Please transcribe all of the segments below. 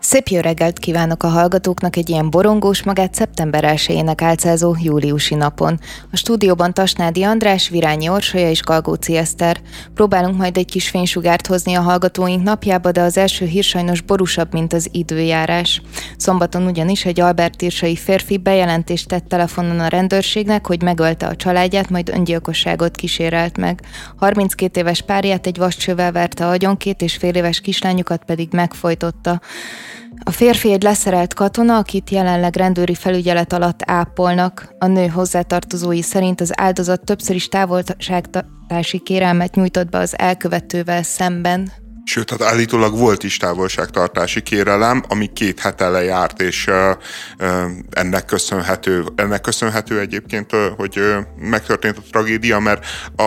Szép jó reggelt kívánok a hallgatóknak egy ilyen borongós, magát szeptember 1-ének álcázó júliusi napon. A stúdióban Tasnádi András, Virányi Orsolya és Galgóci Eszter. Próbálunk majd egy kis fénysugárt hozni a hallgatóink napjába, de az első hír sajnos borúsabb, mint az időjárás. Szombaton ugyanis egy albertírsai férfi bejelentést tett telefonon a rendőrségnek, hogy megölte a családját, majd öngyilkosságot kísérelt meg. 32 éves párját egy vascsővel verte agyon, 2,5 éves kislányukat pedig megfojtotta. A férfi egy leszerelt katona, akit jelenleg rendőri felügyelet alatt ápolnak. A nő hozzátartozói szerint az áldozat többször is távolságtartási kérelmet nyújtott be az elkövetővel szemben. Sőt, hát állítólag volt távolságtartási kérelem, ami 2 hete lejárt, és ennek köszönhető egyébként, hogy megtörtént a tragédia, mert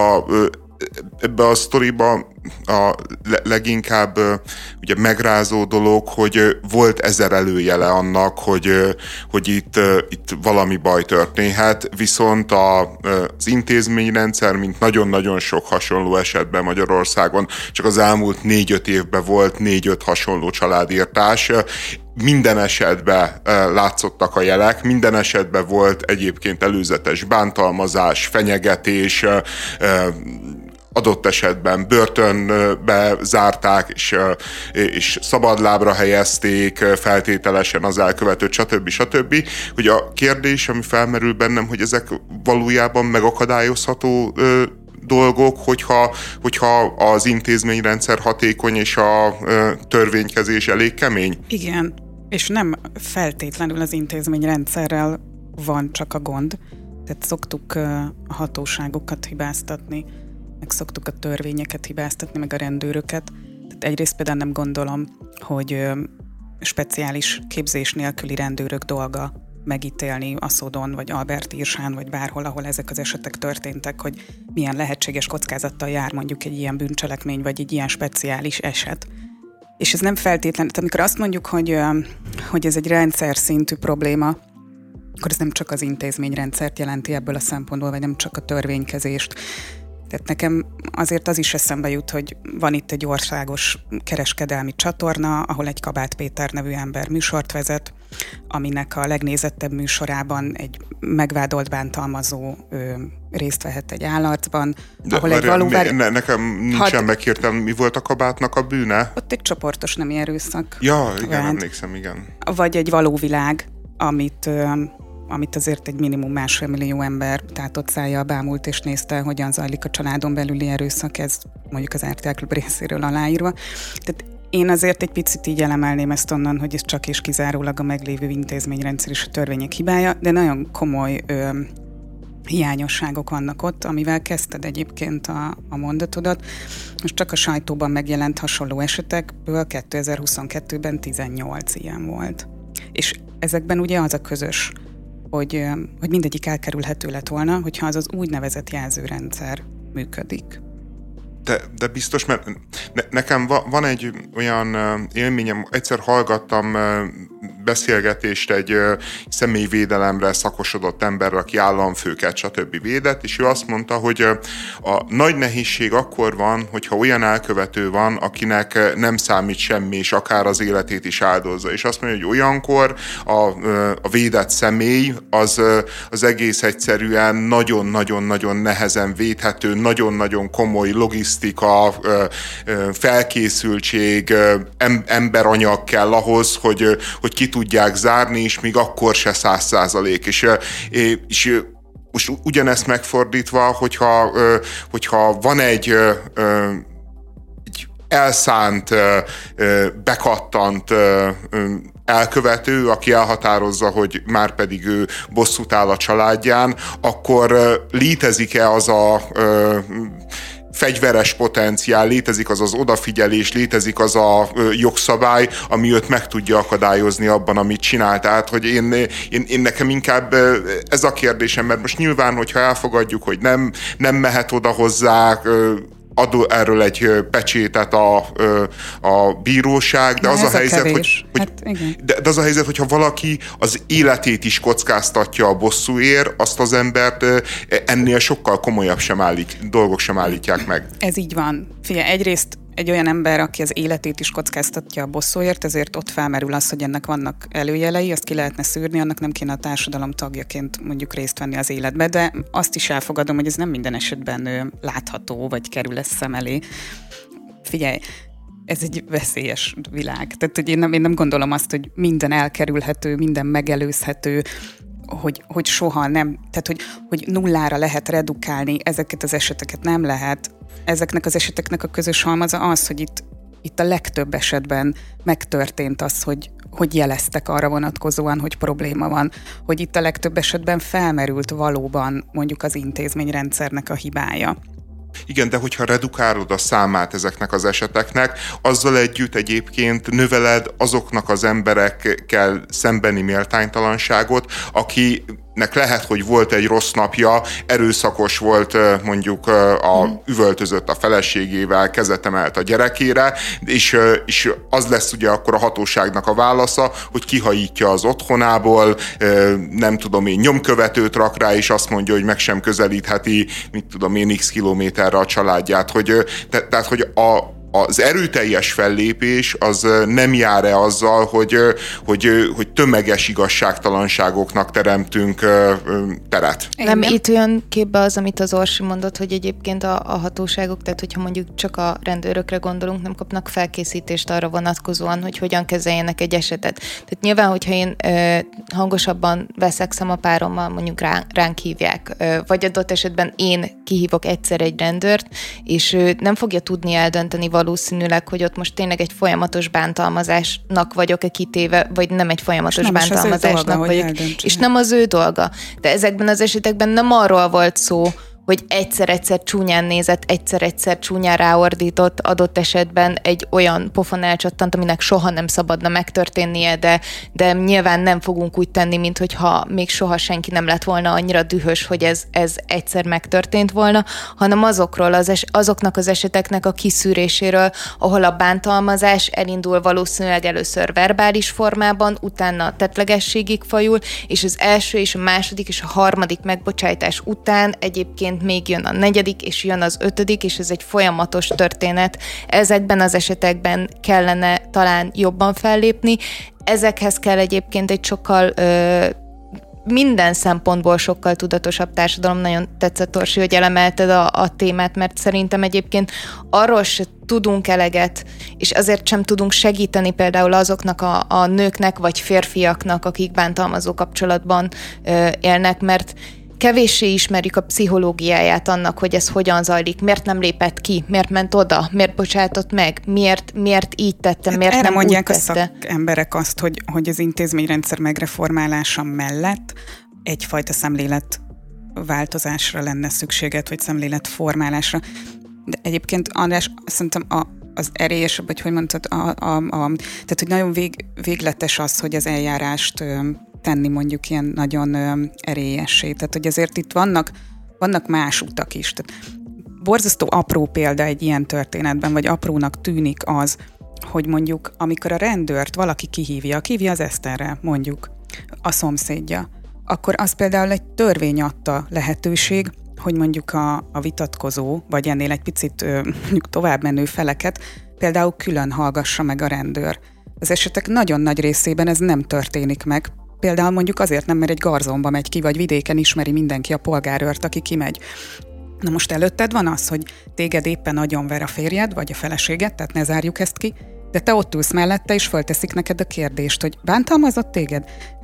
ebbe a sztoriba a leginkább ugye megrázó dolog, hogy volt 1000 előjele annak, hogy itt valami baj történhet, viszont az intézményrendszer, mint nagyon-nagyon sok hasonló esetben Magyarországon, csak az elmúlt 4-5 évben volt 4-5 hasonló családírtás. Minden esetben látszottak a jelek, minden esetben volt egyébként előzetes bántalmazás, fenyegetés, adott esetben börtönbe zárták, és szabadlábra helyezték feltételesen az elkövetőt, stb. Hogy a kérdés, ami felmerül bennem, hogy ezek valójában megakadályozható dolgok, hogyha az intézményrendszer hatékony és a törvénykezés elég kemény? Igen, és nem feltétlenül az intézményrendszerrel van csak a gond. Tehát szoktuk a hatóságokat hibáztatni, meg szoktuk a törvényeket hibáztatni, meg a rendőröket. Tehát egyrészt például nem gondolom, hogy speciális képzés nélküli rendőrök dolga megítélni Aszodon, vagy Albertírsán, vagy bárhol, ahol ezek az esetek történtek, hogy milyen lehetséges kockázattal jár mondjuk egy ilyen bűncselekmény, vagy egy ilyen speciális eset. És ez nem feltétlenül, amikor azt mondjuk, hogy ez egy rendszer szintű probléma, akkor ez nem csak az intézményrendszert jelenti ebből a szempontból, vagy nem csak a törvénykezést. Tehát nekem azért az is eszembe jut, hogy van itt egy országos kereskedelmi csatorna, ahol egy Kabát Péter nevű ember műsort vezet, aminek a legnézettebb műsorában egy megvádolt bántalmazó részt vehet egy állarcban. Ahol nekem nincsen megkértem, mi volt a Kabátnak a bűne? Ott egy csoportos nemi erőszak. Ja, igen, emlékszem, igen. Vagy egy való világ, amit azért egy minimum 1,5 millió ember tátott szájjal bámult és nézte, hogyan zajlik a családon belüli erőszak, ez mondjuk az RTL Klub részéről aláírva. Tehát én azért egy picit így elemelném ezt onnan, hogy ez csak és kizárólag a meglévő intézményrendszer és a törvények hibája, de nagyon komoly hiányosságok vannak ott, amivel kezdted egyébként a mondatodat. Most csak a sajtóban megjelent hasonló esetekből 2022-ben 18 ilyen volt. És ezekben ugye az a közös, hogy mindegyik elkerülhető lett volna, hogyha az úgynevezett jelzőrendszer működik. De biztos, mert nekem van egy olyan élményem, egyszer hallgattam beszélgetést egy személyvédelemre szakosodott emberrel, aki államfőket, stb. Védett, és ő azt mondta, hogy a nagy nehézség akkor van, hogyha olyan elkövető van, akinek nem számít semmi, és akár az életét is áldozza. És azt mondja, hogy olyankor a védett személy az egész egyszerűen nagyon-nagyon-nagyon nehezen védhető, nagyon-nagyon komoly logisztika, felkészültség, emberanyag kell ahhoz, hogy ki tudják zárni, és még akkor se 100%. És most ugyanezt megfordítva, hogyha van egy elszánt, bekattant elkövető, aki elhatározza, hogy már pedig ő bosszút áll a családján, akkor létezik-e az a fegyveres potenciál, létezik az odafigyelés, létezik az a jogszabály, ami őt meg tudja akadályozni abban, amit csinál. Tehát, hogy én nekem inkább ez a kérdésem, mert most nyilván, hogyha elfogadjuk, hogy nem mehet oda hozzá, ad erről egy pecsétet a bíróság, de az a helyzet, de az a helyzet, hogyha valaki az életét is kockáztatja a bosszúért, azt az embert ennél sokkal komolyabb dolgok sem állítják meg. Ez így van. Figyelj, egyrészt egy olyan ember, aki az életét is kockáztatja a bosszúért, ezért ott felmerül az, hogy ennek vannak előjelei, azt ki lehetne szűrni, annak nem kéne a társadalom tagjaként mondjuk részt venni az életbe, de azt is elfogadom, hogy ez nem minden esetben látható, vagy kerül ez szem elé. Figyelj, ez egy veszélyes világ. Tehát, hogy én nem gondolom azt, hogy minden elkerülhető, minden megelőzhető, hogy soha nem, tehát hogy nullára lehet redukálni, ezeket az eseteket nem lehet. Ezeknek az eseteknek a közös halmaza az, hogy itt a legtöbb esetben megtörtént az, hogy jeleztek arra vonatkozóan, hogy probléma van, hogy itt a legtöbb esetben felmerült valóban mondjuk az intézményrendszernek a hibája. Igen, de hogyha redukálod a számát ezeknek az eseteknek, azzal együtt egyébként növeled azoknak az emberekkel szembeni méltánytalanságot, akinek lehet, hogy volt egy rossz napja, erőszakos volt, mondjuk üvöltözött a feleségével, kezet emelt a gyerekére, és az lesz ugye akkor a hatóságnak a válasza, hogy kihajítja az otthonából, nem tudom én, nyomkövetőt rak rá, és azt mondja, hogy meg sem közelítheti, mit tudom én, x kilométerre a családját. Tehát, hogy az erőteljes fellépés az nem jár-e azzal, hogy tömeges igazságtalanságoknak teremtünk teret? Nem, itt olyan képbe az, amit az Orsi mondott, hogy egyébként a hatóságok, tehát hogyha mondjuk csak a rendőrökre gondolunk, nem kapnak felkészítést arra vonatkozóan, hogy hogyan kezeljenek egy esetet. Tehát nyilván, hogyha én hangosabban veszekszem a párommal, mondjuk ránk hívják, vagy adott esetben én kihívok egyszer egy rendőrt, és nem fogja tudni eldönteni valószínűleg, hogy ott most tényleg egy folyamatos bántalmazásnak vagyok-e kitéve, vagy nem egy folyamatos bántalmazásnak vagyok. És nem az ő dolga. De ezekben az esetekben nem arról volt szó, hogy egyszer-egyszer csúnyán nézett, egyszer-egyszer csúnyán ráordított, adott esetben egy olyan pofon elcsattant, aminek soha nem szabadna megtörténnie, de nyilván nem fogunk úgy tenni, minthogyha még soha senki nem lett volna annyira dühös, hogy ez egyszer megtörtént volna, hanem azoknak az eseteknek a kiszűréséről, ahol a bántalmazás elindul valószínűleg először verbális formában, utána tettlegességig fajul, és az első és a második és a harmadik megbocsájtás után egyébként még jön a negyedik, és jön az ötödik, és ez egy folyamatos történet. Ezekben az esetekben kellene talán jobban fellépni. Ezekhez kell egyébként egy sokkal minden szempontból sokkal tudatosabb társadalom. Nagyon tetszett, Orsi, hogy elemelted a témát, mert szerintem egyébként arról se tudunk eleget, és azért sem tudunk segíteni például azoknak a nőknek vagy férfiaknak, akik bántalmazó kapcsolatban élnek, mert kevéssé ismerjük a pszichológiáját annak, hogy ez hogyan zajlik, miért nem lépett ki, miért ment oda, miért bocsátott meg, miért így tette, miért erre nem mondják úgy tette. a szakemberek azt, hogy az intézményrendszer megreformálása mellett egyfajta szemléletváltozásra lenne szükséget, vagy szemléletformálásra. De egyébként, András, szerintem az erélyesebb, vagy hogy mondtad, tehát, hogy nagyon végletes az, hogy az eljárást tenni mondjuk ilyen nagyon erélyessé. Tehát, hogy azért itt vannak más utak is. Tehát borzasztó apró példa egy ilyen történetben, vagy aprónak tűnik az, hogy mondjuk, amikor a rendőrt valaki kihívja az Eszterre, mondjuk, a szomszédja, akkor az például egy törvény adta lehetőség, hogy mondjuk a vitatkozó, vagy ennél egy picit mondjuk tovább menő feleket például külön hallgassa meg a rendőr. Az esetek nagyon nagy részében ez nem történik meg. Például mondjuk azért nem, mert egy garzonba megy ki, vagy vidéken ismeri mindenki a polgárőrt, aki kimegy. Na most előtted van az, hogy téged éppen agyonver a férjed, vagy a feleséged, tehát ne zárjuk ezt ki, de te ott ülsz mellette, és fölteszik neked a kérdést, hogy bántalmazott téged?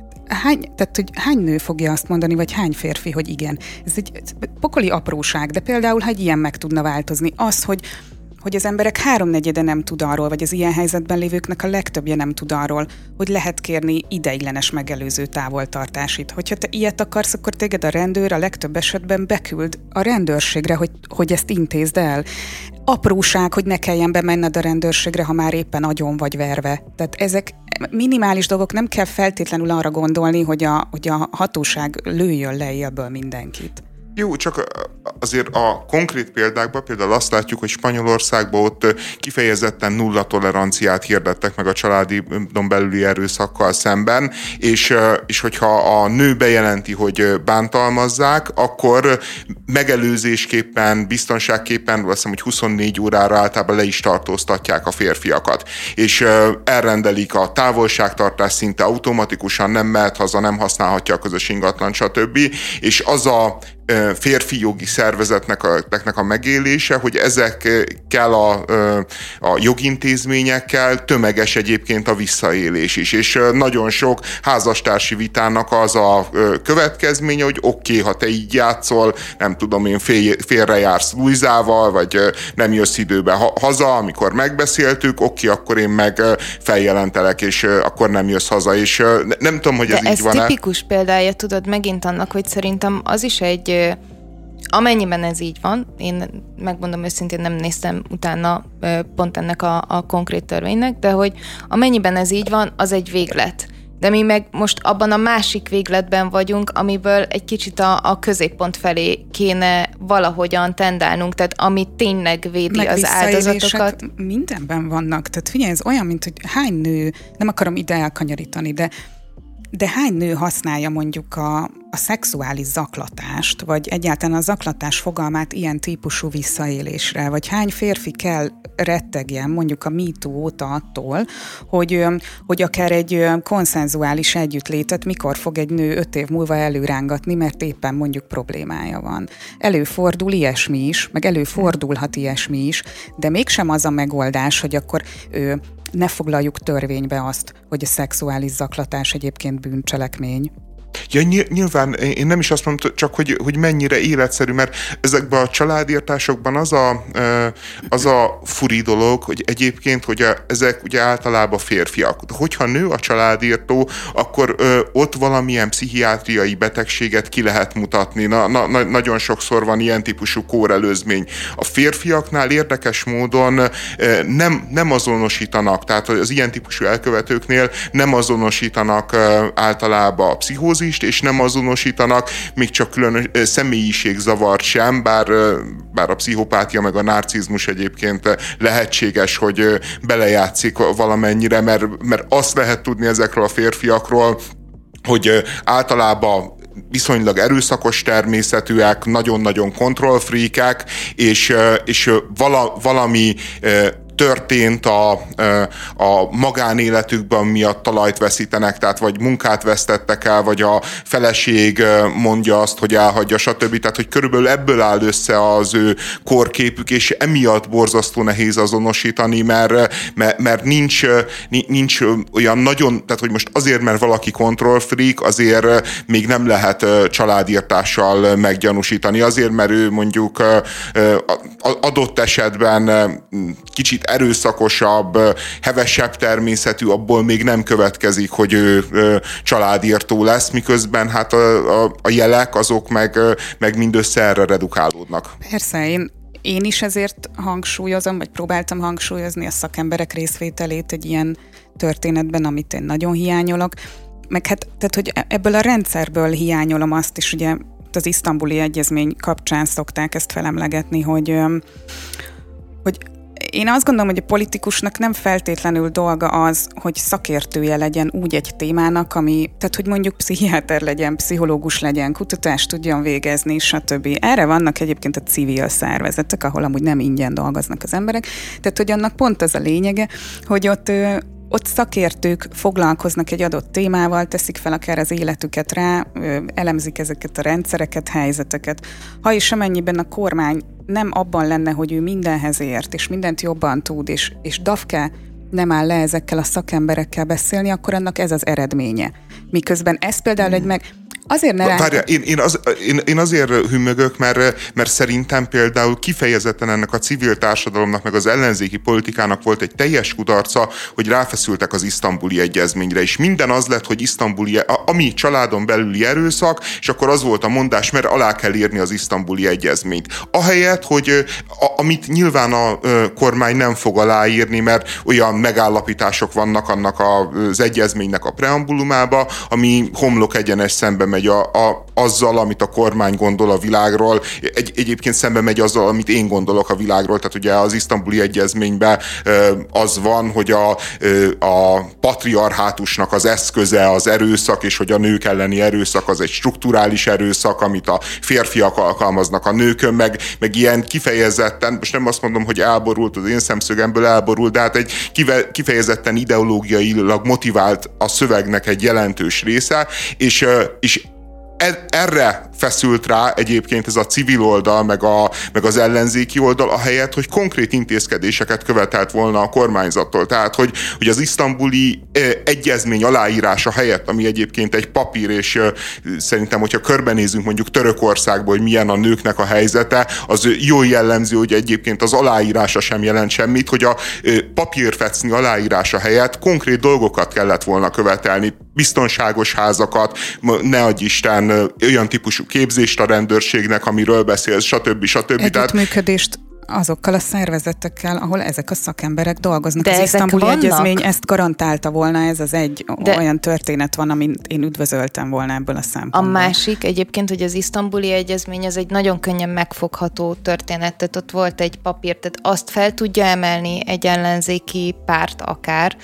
Hány nő fogja azt mondani, vagy hány férfi, hogy igen. Ez egy pokoli apróság, de például, ha egy ilyen meg tudna változni, az, hogy az emberek 3/4 nem tud arról, vagy az ilyen helyzetben lévőknek a legtöbbje nem tud arról, hogy lehet kérni ideiglenes megelőző távoltartásit. Hogyha te ilyet akarsz, akkor téged a rendőr a legtöbb esetben beküld a rendőrségre, hogy ezt intézd el. Apróság, hogy ne kelljen bemenned a rendőrségre, ha már éppen agyon vagy verve. Tehát ezek minimális dolgok, nem kell feltétlenül arra gondolni, hogy a hatóság lőjön le élből mindenkit. Jó, csak azért a konkrét példákban például azt látjuk, hogy Spanyolországban ott kifejezetten nulla toleranciát hirdettek meg a családon belüli erőszakkal szemben, és hogyha a nő bejelenti, hogy bántalmazzák, akkor megelőzésképpen, biztonságképpen, azt hiszem, hogy 24 órára általában le is tartóztatják a férfiakat. És elrendelik a távolságtartás szinte automatikusan, nem mehet haza, nem használhatja a közös ingatlan, stb. És az a férfi jogi szervezetnek a megélése, hogy ezekkel a jogintézményekkel tömeges egyébként a visszaélés is. És nagyon sok házastársi vitának az a következménye, hogy oké, ha te így játszol, nem tudom én, félrejársz Luizával, vagy nem jössz időbe haza, amikor megbeszéltük, oké, akkor én meg feljelentelek, és akkor nem jössz haza, és nem tudom, hogy ez így van-e. De ez tipikus példája, tudod, megint annak, hogy szerintem az is egy amennyiben ez így van, én megmondom őszintén, nem néztem utána pont ennek a konkrét törvénynek, de hogy amennyiben ez így van, az egy véglet. De mi meg most abban a másik végletben vagyunk, amiből egy kicsit a középpont felé kéne valahogyan tendálnunk, tehát ami tényleg védi meg az áldozatokat. Mindenben vannak, tehát figyelj, ez olyan, mint hogy hány nő, nem akarom ide elkanyarítani, de hány nő használja mondjuk a szexuális zaklatást, vagy egyáltalán a zaklatás fogalmát ilyen típusú visszaélésre, vagy hány férfi kell rettegjen mondjuk a MeToo óta attól, hogy akár egy konszenzuális együttlétet mikor fog egy nő 5 év múlva előrángatni, mert éppen mondjuk problémája van. Előfordul ilyesmi is, meg előfordulhat ilyesmi is, de mégsem az a megoldás, hogy akkor ne foglaljuk törvénybe azt, hogy a szexuális zaklatás egyébként bűncselekmény. Ja, nyilván én nem is azt mondom, csak hogy mennyire életszerű, mert ezekben a családírtásokban az a furi dolog, hogy egyébként, hogy ezek ugye általában férfiak. Hogyha nő a családírtó, akkor ott valamilyen pszichiátriai betegséget ki lehet mutatni. Nagyon sokszor van ilyen típusú kórelőzmény. A férfiaknál érdekes módon nem azonosítanak, tehát az ilyen típusú elkövetőknél nem azonosítanak általában a pszichózist, és nem azonosítanak még csak külön személyiségzavart sem, bár a pszichopátia meg a narcizmus egyébként lehetséges, hogy belejátszik valamennyire, mert azt lehet tudni ezekről a férfiakról, hogy általában viszonylag erőszakos természetűek, nagyon-nagyon kontrollfreakek, és valami történt a magánéletükben miatt talajt veszítenek, tehát vagy munkát vesztettek el, vagy a feleség mondja azt, hogy elhagyja, stb. Tehát, hogy körülbelül ebből áll össze az ő korképük, és emiatt borzasztó nehéz azonosítani, mert nincs olyan nagyon, tehát, hogy most azért, mert valaki kontrollfreak, azért még nem lehet családírtással meggyanúsítani. Azért, mert ő mondjuk adott esetben kicsit erőszakosabb, hevesebb természetű, abból még nem következik, hogy ő családírtó lesz, miközben hát a jelek azok meg mindössze erre redukálódnak. Persze, én is ezért hangsúlyozom, vagy próbáltam hangsúlyozni a szakemberek részvételét egy ilyen történetben, amit én nagyon hiányolok. Meg hát, tehát, hogy ebből a rendszerből hiányolom azt is, ugye az isztambuli egyezmény kapcsán szokták ezt felemlegetni, hogy én azt gondolom, hogy a politikusnak nem feltétlenül dolga az, hogy szakértője legyen úgy egy témának, tehát hogy mondjuk pszichiáter legyen, pszichológus legyen, kutatást tudjon végezni, stb. Erre vannak egyébként a civil szervezetek, ahol amúgy nem ingyen dolgoznak az emberek. Tehát, hogy annak pont az a lényege, hogy ott szakértők foglalkoznak egy adott témával, teszik fel akár az életüket rá, elemzik ezeket a rendszereket, helyzeteket. Ha és amennyiben a kormány nem abban lenne, hogy ő mindenhez ért, és mindent jobban tud, és DAFKE nem áll le ezekkel a szakemberekkel beszélni, akkor annak ez az eredménye. Miközben ez például azért ne Várjál, én azért hümmögök, mert szerintem például kifejezetten ennek a civil társadalomnak, meg az ellenzéki politikának volt egy teljes kudarca, hogy ráfeszültek az isztambuli egyezményre, és minden az lett, hogy ami családon belüli erőszak, és akkor az volt a mondás, mert alá kell írni az isztambuli egyezményt. Ahelyett, hogy amit nyilván a kormány nem fog aláírni, mert olyan megállapítások vannak annak az egyezménynek a preambulumába, ami homlok egyenes szembe megy megy azzal, amit a kormány gondol a világról, egyébként szembe megy azzal, amit én gondolok a világról. Tehát ugye az isztambuli egyezményben az van, hogy a patriarhátusnak az eszköze az erőszak, és hogy a nők elleni erőszak az egy strukturális erőszak, amit a férfiak alkalmaznak a nőkön, meg ilyen kifejezetten, most nem azt mondom, hogy elborult, az én szemszögemből elborult, de hát egy kifejezetten ideológiailag motivált a szövegnek egy jelentős része, és erre feszült rá egyébként ez a civil oldal, meg az ellenzéki oldal, ahelyett, hogy konkrét intézkedéseket követelt volna a kormányzattól. Tehát, hogy az isztambuli egyezmény aláírása helyett, ami egyébként egy papír, és szerintem, hogyha körbenézünk mondjuk Törökországból, hogy milyen a nőknek a helyzete, az jól jellemző, hogy egyébként az aláírása sem jelent semmit, hogy a papírfecni aláírása helyett konkrét dolgokat kellett volna követelni, biztonságos házakat, ne adj Isten, olyan típusú képzést a rendőrségnek, amiről beszélsz, stb. Együttműködést azokkal a szervezetekkel, ahol ezek a szakemberek dolgoznak. De az isztambuli vannak? Egyezmény ezt garantálta volna, ez az olyan történet van, amit én üdvözöltem volna ebből a szempontból. A másik egyébként, hogy az isztambuli egyezmény az egy nagyon könnyen megfogható történet, tehát ott volt egy papír, tehát azt fel tudja emelni egy ellenzéki párt akár,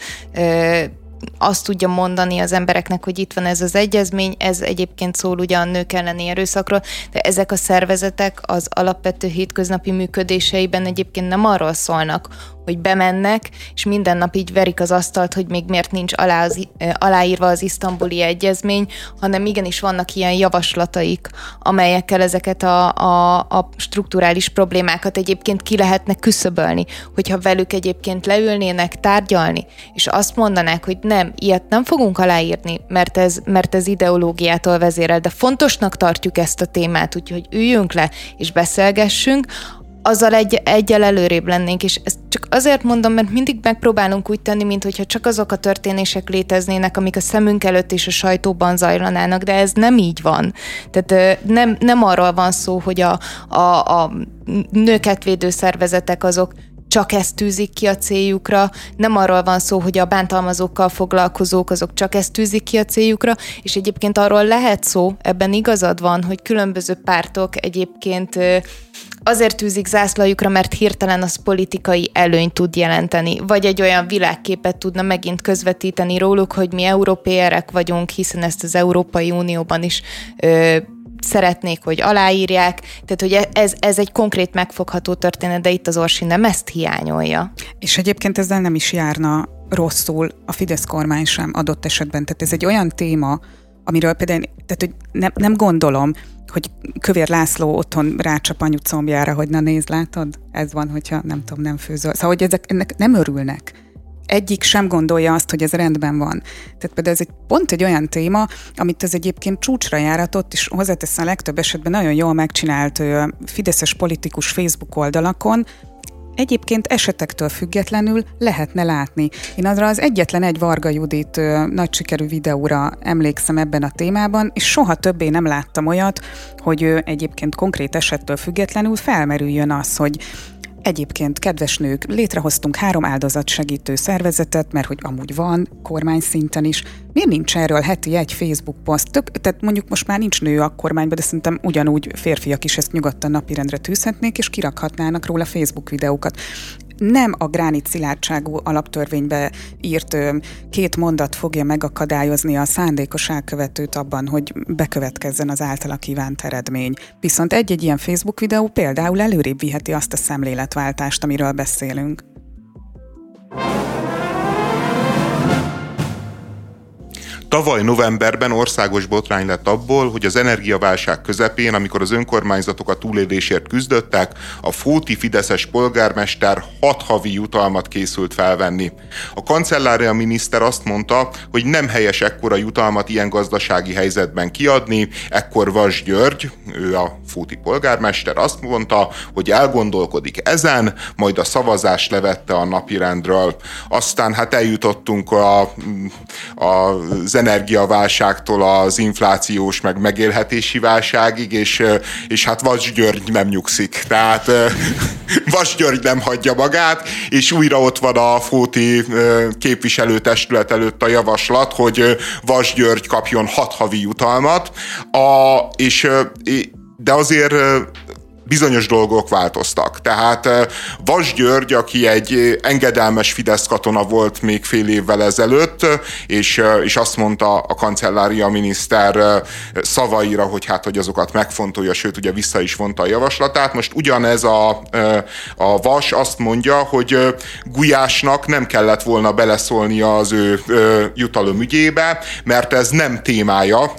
azt tudja mondani az embereknek, hogy itt van ez az egyezmény, ez egyébként szól ugye a nők elleni erőszakról, de ezek a szervezetek az alapvető hétköznapi működéseiben egyébként nem arról szólnak, hogy bemennek, és minden nap így verik az asztalt, hogy még miért nincs aláírva az isztambuli egyezmény, hanem igenis vannak ilyen javaslataik, amelyekkel ezeket a strukturális problémákat egyébként ki lehetne küszöbölni, hogyha velük egyébként leülnének tárgyalni, és azt mondanák, hogy nem, ilyet nem fogunk aláírni, mert ez ideológiától vezérel, de fontosnak tartjuk ezt a témát, úgyhogy üljünk le és beszélgessünk, azzal egyel előrébb lennénk, és ezt csak azért mondom, mert mindig megpróbálunk úgy tenni, mintha csak azok a történések léteznének, amik a szemünk előtt és a sajtóban zajlanának, de ez nem így van. Tehát nem arról van szó, hogy a nőket védő szervezetek azok csak ezt tűzik ki a céljukra, nem arról van szó, hogy a bántalmazókkal foglalkozók, azok csak ezt tűzik ki a céljukra, és egyébként arról lehet szó, ebben igazad van, hogy különböző pártok egyébként azért tűzik zászlajukra, mert hirtelen az politikai előnyt tud jelenteni, vagy egy olyan világképet tudna megint közvetíteni róluk, hogy mi európéerek vagyunk, hiszen ezt az Európai Unióban is szeretnék, hogy aláírják, tehát hogy ez egy konkrét megfogható történet, de itt az Orsi nem ezt hiányolja. És egyébként ezzel nem is járna rosszul a Fidesz kormány sem adott esetben, tehát ez egy olyan téma, amiről például, tehát, hogy nem gondolom, hogy Kövér László otthon rácsap anyu combjára, hogy na nézd, látod? Ez van, hogyha nem tudom, nem főzöl. Szóval, hogy ennek nem örülnek. Egyik sem gondolja azt, hogy ez rendben van. Tehát például ez pont egy olyan téma, amit ez egyébként csúcsra járatott, és hozzátesz a legtöbb esetben nagyon jól megcsinált fideszes politikus Facebook oldalakon, egyébként esetektől függetlenül lehetne látni. Én arra az egyetlen egy Varga Judit nagy sikerű videóra emlékszem ebben a témában, és soha többé nem láttam olyat, hogy egyébként konkrét esettől függetlenül felmerüljön az, hogy egyébként, kedves nők, létrehoztunk 3 áldozatsegítő szervezetet, mert hogy amúgy van, kormány szinten is. Miért nincs erről heti egy Facebook poszt? Tehát mondjuk most már nincs nő a kormányban, de szerintem ugyanúgy férfiak is ezt nyugodtan napirendre tűzhetnék, és kirakhatnának róla Facebook videókat. Nem a gránit szilárdságú alaptörvénybe írt 2 mondat fogja megakadályozni a szándékos elkövetőt abban, hogy bekövetkezzen az általa kívánt eredmény. Viszont egy ilyen Facebook videó például előrébb viheti azt a szemléletváltást, amiről beszélünk. Tavaly novemberben országos botrány lett abból, hogy az energiaválság közepén, amikor az önkormányzatok a túlélésért küzdöttek, a fóti fideszes polgármester 6 havi jutalmat készült felvenni. A kancellária miniszter azt mondta, hogy nem helyes ekkora jutalmat ilyen gazdasági helyzetben kiadni, ekkor Vas György, ő a fóti polgármester, azt mondta, hogy elgondolkodik ezen, majd a szavazást levette a napirendről. Aztán hát eljutottunk az energiaválságtól az inflációs, meg megélhetési válságig, és hát Vas György nem nyugszik. Tehát Vas György nem hagyja magát, és újra ott van a Fóti képviselőtestület előtt a javaslat, hogy Vas György kapjon 6 havi jutalmat, de azért bizonyos dolgok változtak. Tehát Vas György, aki egy engedelmes Fidesz katona volt még fél évvel ezelőtt, és azt mondta a kancellária miniszter szavaira, hogy azokat megfontolja, sőt, ugye vissza is vonta a javaslatát. Most ugyanez a Vas azt mondja, hogy Gulyásnak nem kellett volna beleszólnia az ő jutalom ügyébe, mert ez nem témája,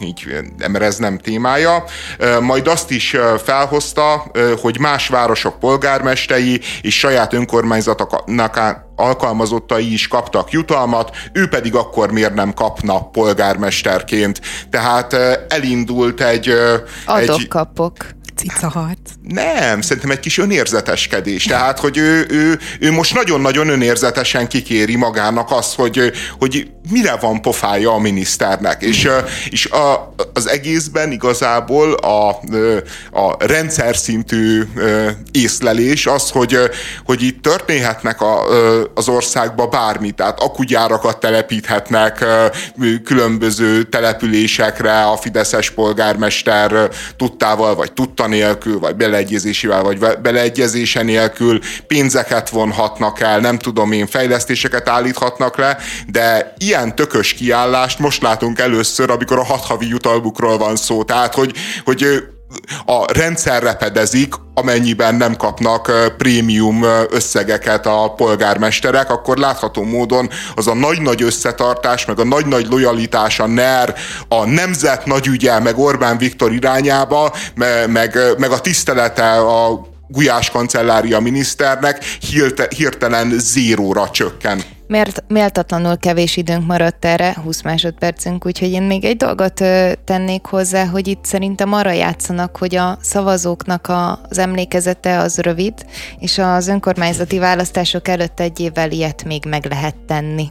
majd azt is felhozta, hogy más városok polgármesteri és saját önkormányzatoknak alkalmazottai is kaptak jutalmat, ő pedig akkor miért nem kapna polgármesterként. Tehát elindult egy... Adok-kapok. Cicaharc. Nem, szerintem egy kis önérzeteskedés. Tehát, hogy ő most nagyon-nagyon önérzetesen kikéri magának azt, hogy mire van pofája a miniszternek. És az egészben igazából a rendszer szintű észlelés az, hogy itt történhetnek az országba bármi. Tehát akugyárakat telepíthetnek különböző településekre a fideszes polgármester tudtával, vagy tudta nélkül, vagy beleegyezésével, vagy beleegyezése nélkül, pénzeket vonhatnak el, nem tudom én, fejlesztéseket állíthatnak le, de ilyen tökös kiállást most látunk először, amikor a 6 havi jutalmukról van szó. Tehát, hogy a rendszer repedezik, amennyiben nem kapnak prémium összegeket a polgármesterek, akkor látható módon az a nagy-nagy összetartás, meg a nagy-nagy lojalitás a NER, a nemzet nagyügye, meg Orbán Viktor irányába, meg a tisztelete a Gulyás kancellária miniszternek hirtelen zéróra csökken. Mert méltatlanul kevés időnk maradt erre, 20 másodpercünk, úgyhogy én még egy dolgot tennék hozzá, hogy itt szerintem arra játszanak, hogy a szavazóknak az emlékezete az rövid, és az önkormányzati választások előtt egy évvel ilyet még meg lehet tenni.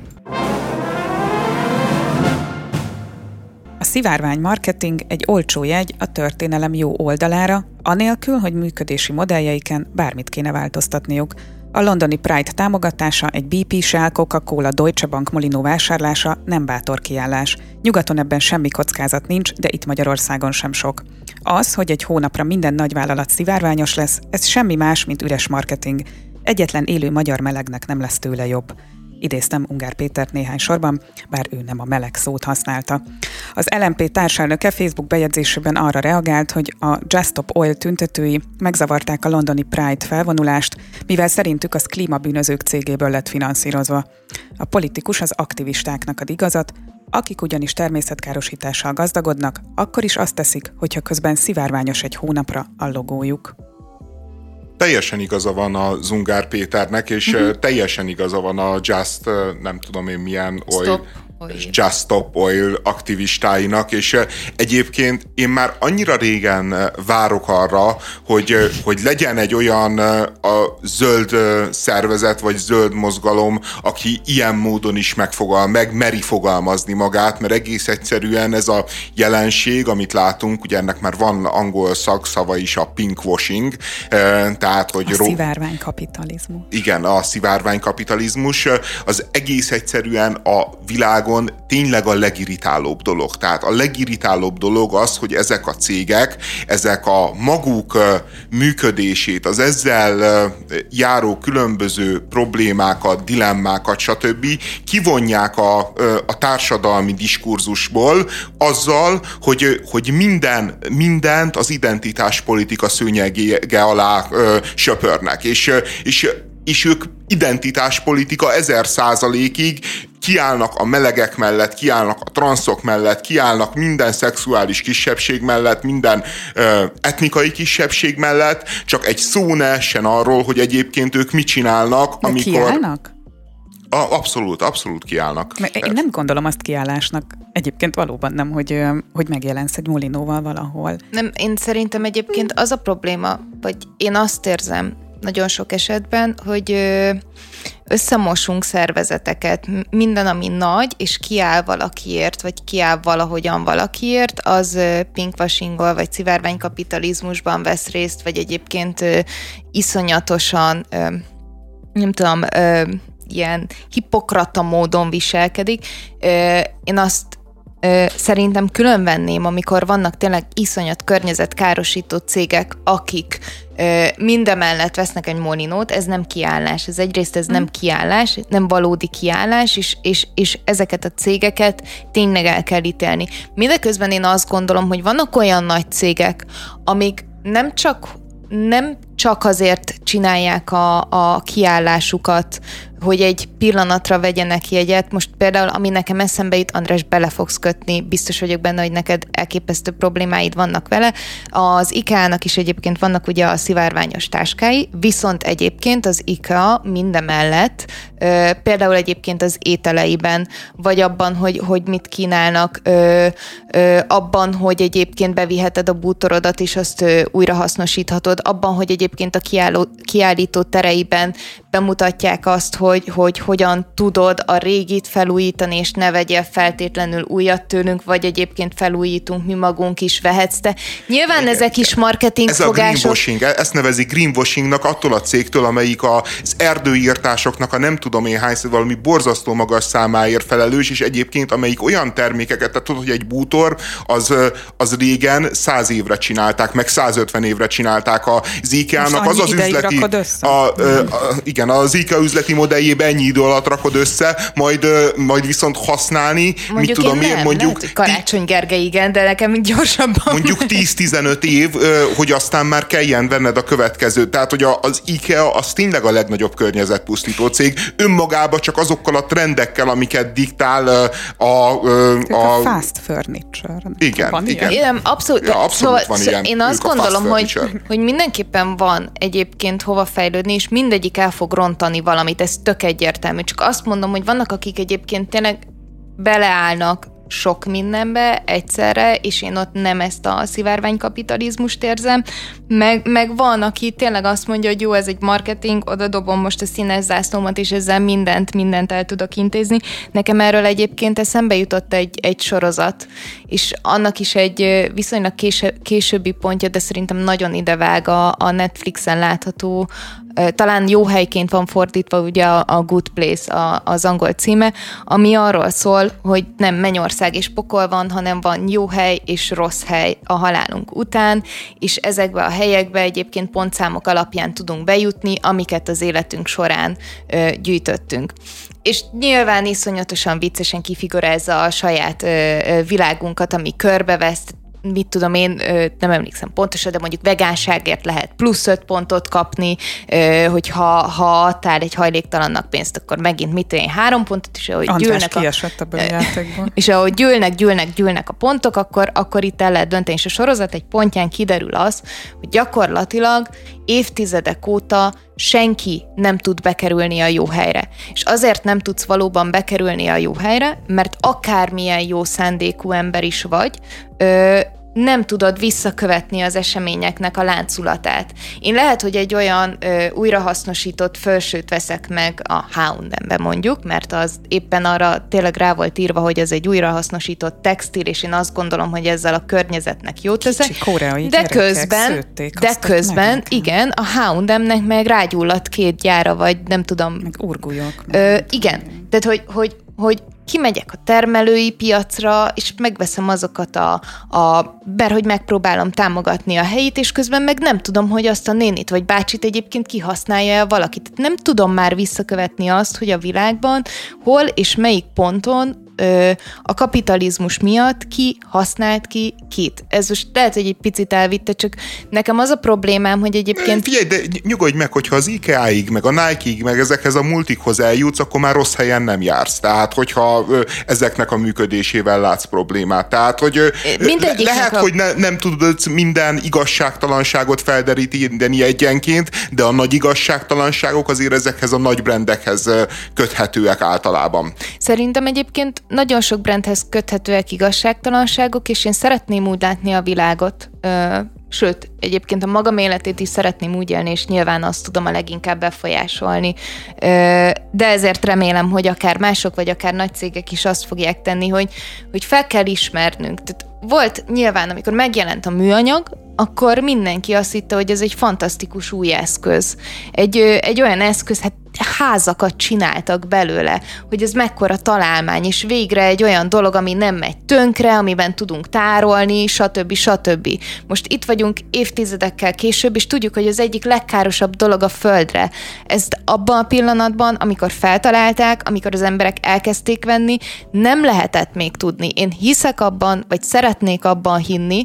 A szivárvány marketing egy olcsó jegy a történelem jó oldalára, anélkül, hogy működési modelljeiken bármit kéne változtatniuk. A londoni Pride támogatása, egy BP, Shell, Coca-Cola, Deutsche Bank Molino vásárlása nem bátor kiállás. Nyugaton ebben semmi kockázat nincs, de itt Magyarországon sem sok. Az, hogy egy hónapra minden nagyvállalat szivárványos lesz, ez semmi más, mint üres marketing. Egyetlen élő magyar melegnek nem lesz tőle jobb. Idéztem Ungár Pétert néhány sorban, bár ő nem a meleg szót használta. Az LMP társelnöke Facebook bejegyzésében arra reagált, hogy a Just Stop Oil tüntetői megzavarták a londoni Pride felvonulást, mivel szerintük az klímabűnözők cégéből lett finanszírozva. A politikus az aktivistáknak ad igazat, akik ugyanis természetkárosítással gazdagodnak, akkor is azt teszik, hogyha közben szivárványos egy hónapra a logójuk. Teljesen igaza van a Ungár Péternek, és teljesen igaza van a Just, nem tudom én milyen Just Stop Oil aktivistáinak, és egyébként én már annyira régen várok arra, hogy legyen egy olyan a zöld szervezet, vagy zöld mozgalom, aki ilyen módon is megmeri fogalmazni magát, mert egész egyszerűen ez a jelenség, amit látunk, ugye ennek már van angol szakszava is, a pinkwashing, tehát, hogy a szivárványkapitalizmus. Igen, a szivárványkapitalizmus, az egész egyszerűen a világon tényleg a legirritálóbb dolog. Tehát a legirritálóbb dolog az, hogy ezek a cégek, ezek a maguk működését, az ezzel járó különböző problémákat, dilemmákat, stb. Kivonják a társadalmi diskurzusból azzal, hogy mindent az identitáspolitika szőnyege alá söpörnek. És ők identitáspolitika 1000%-ig kiállnak a melegek mellett, kiállnak a transzok mellett, kiállnak minden szexuális kisebbség mellett, minden etnikai kisebbség mellett, csak egy szó ne essen arról, hogy egyébként ők mit csinálnak, de amikor... Kiállnak? Abszolút kiállnak. Én nem gondolom azt kiállásnak. Egyébként valóban nem, hogy megjelensz egy Molinóval valahol. Nem, én szerintem egyébként az a probléma, vagy én azt érzem, nagyon sok esetben, hogy összemosunk szervezeteket. Minden, ami nagy, és kiáll valakiért, vagy kiáll valahogyan valakiért, az pinkwashingol, vagy szivárványkapitalizmusban vesz részt, vagy egyébként iszonyatosan, nem tudom, ilyen hipokrata módon viselkedik. Én azt szerintem különvenném, amikor vannak tényleg iszonyat környezetkárosító cégek, akik mindemellett vesznek egy molinót, ez nem kiállás. Ez nem kiállás, nem valódi kiállás, és ezeket a cégeket tényleg el kell ítélni. Mindeközben én azt gondolom, hogy vannak olyan nagy cégek, amik nem csak azért csinálják a kiállásukat, hogy egy pillanatra vegyenek jegyet. Most például, ami nekem eszembe jut, András, bele fogsz kötni, biztos vagyok benne, hogy neked elképesztő problémáid vannak vele. Az IKEA-nak is egyébként vannak ugye a szivárványos táskái, viszont egyébként az IKEA mindemellett, például egyébként az ételeiben, vagy abban, hogy mit kínálnak, abban, hogy egyébként beviheted a bútorodat, és azt újra hasznosíthatod, abban, hogy egyébként a kiállító tereiben bemutatják azt, hogy hogyan tudod a régit felújítani, és ne vegyél feltétlenül újat tőlünk, vagy egyébként felújítunk, mi magunk is vehetsz te. Nyilván ezek is marketing fogások. Ez a greenwashing, ezt nevezik greenwashingnak attól a cégtől, amelyik az erdőírtásoknak a nem tudom én hányszor valami borzasztó magas számáért felelős, és egyébként amelyik olyan termékeket, tehát tudod, hogy egy bútor, az régen 100 évre csinálták, meg 150 évre csinálták az IKEA-nak, az üzleti... Igen, az IKEA üzleti modelljében ennyi idő alatt rakod össze, majd viszont használni. Mondjuk mit tudom én, mondjuk lehet, Karácsony Gergely, igen, de nekem még gyorsabban. Mondjuk 10-15 év, hogy aztán már kelljen venned a következőt. Tehát, hogy az IKEA az tényleg a legnagyobb környezetpusztító cég. Önmagában csak azokkal a trendekkel, amiket diktál a fast furniture. Igen, igen. Igen, abszolút szóval van ilyen. Én azt gondolom, hogy mindenképpen van egyébként hova fejlődni, és mindegyik el fog rontani valamit, ez tök egyértelmű. Csak azt mondom, hogy vannak, akik egyébként tényleg beleállnak sok mindenbe egyszerre, és én ott nem ezt a szivárványkapitalizmust érzem, meg van, aki tényleg azt mondja, hogy jó, ez egy marketing, oda dobom most a színes zászlómat, és ezzel mindent el tudok intézni. Nekem erről egyébként eszembe jutott egy sorozat, és annak is egy viszonylag későbbi pontja, de szerintem nagyon idevág a Netflixen látható, talán Jó helyként van fordítva ugye a Good Place az angol címe, ami arról szól, hogy nem mennyország és pokol van, hanem van jó hely és rossz hely a halálunk után, és ezekbe a helyekbe egyébként pontszámok alapján tudunk bejutni, amiket az életünk során gyűjtöttünk. És nyilván iszonyatosan viccesen kifigurázza a saját világunkat, ami körbevesz, mit tudom én, nem emlékszem pontosan, de mondjuk vegánságért lehet plusz 5 pontot kapni, hogyha adtál egy hajléktalannak pénzt, akkor megint mit tudom én 3 pontot, és ahogy gyűlnek kiesett ebből a játékból. És ahogy gyűlnek a pontok, akkor itt el lehet dönteni, és a sorozat egy pontján kiderül az, hogy gyakorlatilag évtizedek óta senki nem tud bekerülni a jó helyre. És azért nem tudsz valóban bekerülni a jó helyre, mert akármilyen jó szándékú ember is vagy, nem tudod visszakövetni az eseményeknek a lánculatát. Én lehet, hogy egy olyan újrahasznosított fölsőt veszek meg a H&M-be mondjuk, mert az éppen arra tényleg rá volt írva, hogy ez egy újrahasznosított textil, és én azt gondolom, hogy ezzel a környezetnek jót teszek. De közben igen, a H&M-nek meg rágyulladt 2 gyára, vagy nem tudom. Meg urgulyok. Igen, tehát hogy kimegyek a termelői piacra, és megveszem azokat mert hogy megpróbálom támogatni a helyit, és közben meg nem tudom, hogy azt a nénit vagy bácsit egyébként kihasználja-e valaki. Tehát nem tudom már visszakövetni azt, hogy a világban hol és melyik ponton a kapitalizmus miatt ki használt ki kit. Ez most lehet, hogy egy picit elvitte, csak nekem az a problémám, hogy egyébként... Figyelj, de nyugodj meg, hogyha az IKEA-ig, meg a Nike-ig, meg ezekhez a multikhoz eljutsz, akkor már rossz helyen nem jársz. Tehát, hogyha ezeknek a működésével látsz problémát. Tehát, hogy lehet, hogy nem tudod minden igazságtalanságot felderíteni egyenként, de a nagy igazságtalanságok azért ezekhez a nagy brandekhez köthetőek általában. Szerintem egyébként nagyon sok brandhez köthetőek igazságtalanságok, és én szeretném úgy látni a világot, sőt, egyébként a magam életét is szeretném úgy élni, és nyilván azt tudom a leginkább befolyásolni. De ezért remélem, hogy akár mások, vagy akár nagy cégek is azt fogják tenni, hogy fel kell ismernünk. Tehát volt nyilván, amikor megjelent a műanyag, akkor mindenki azt hitte, hogy ez egy fantasztikus új eszköz. Egy olyan eszköz, hát házakat csináltak belőle, hogy ez mekkora találmány, és végre egy olyan dolog, ami nem megy tönkre, amiben tudunk tárolni, stb. Most itt vagyunk évtizedekkel később, és tudjuk, hogy az egyik legkárosabb dolog a Földre. Ezt abban a pillanatban, amikor feltalálták, amikor az emberek elkezdték venni, nem lehetett még tudni. Én hiszek abban, vagy szeretnék abban hinni,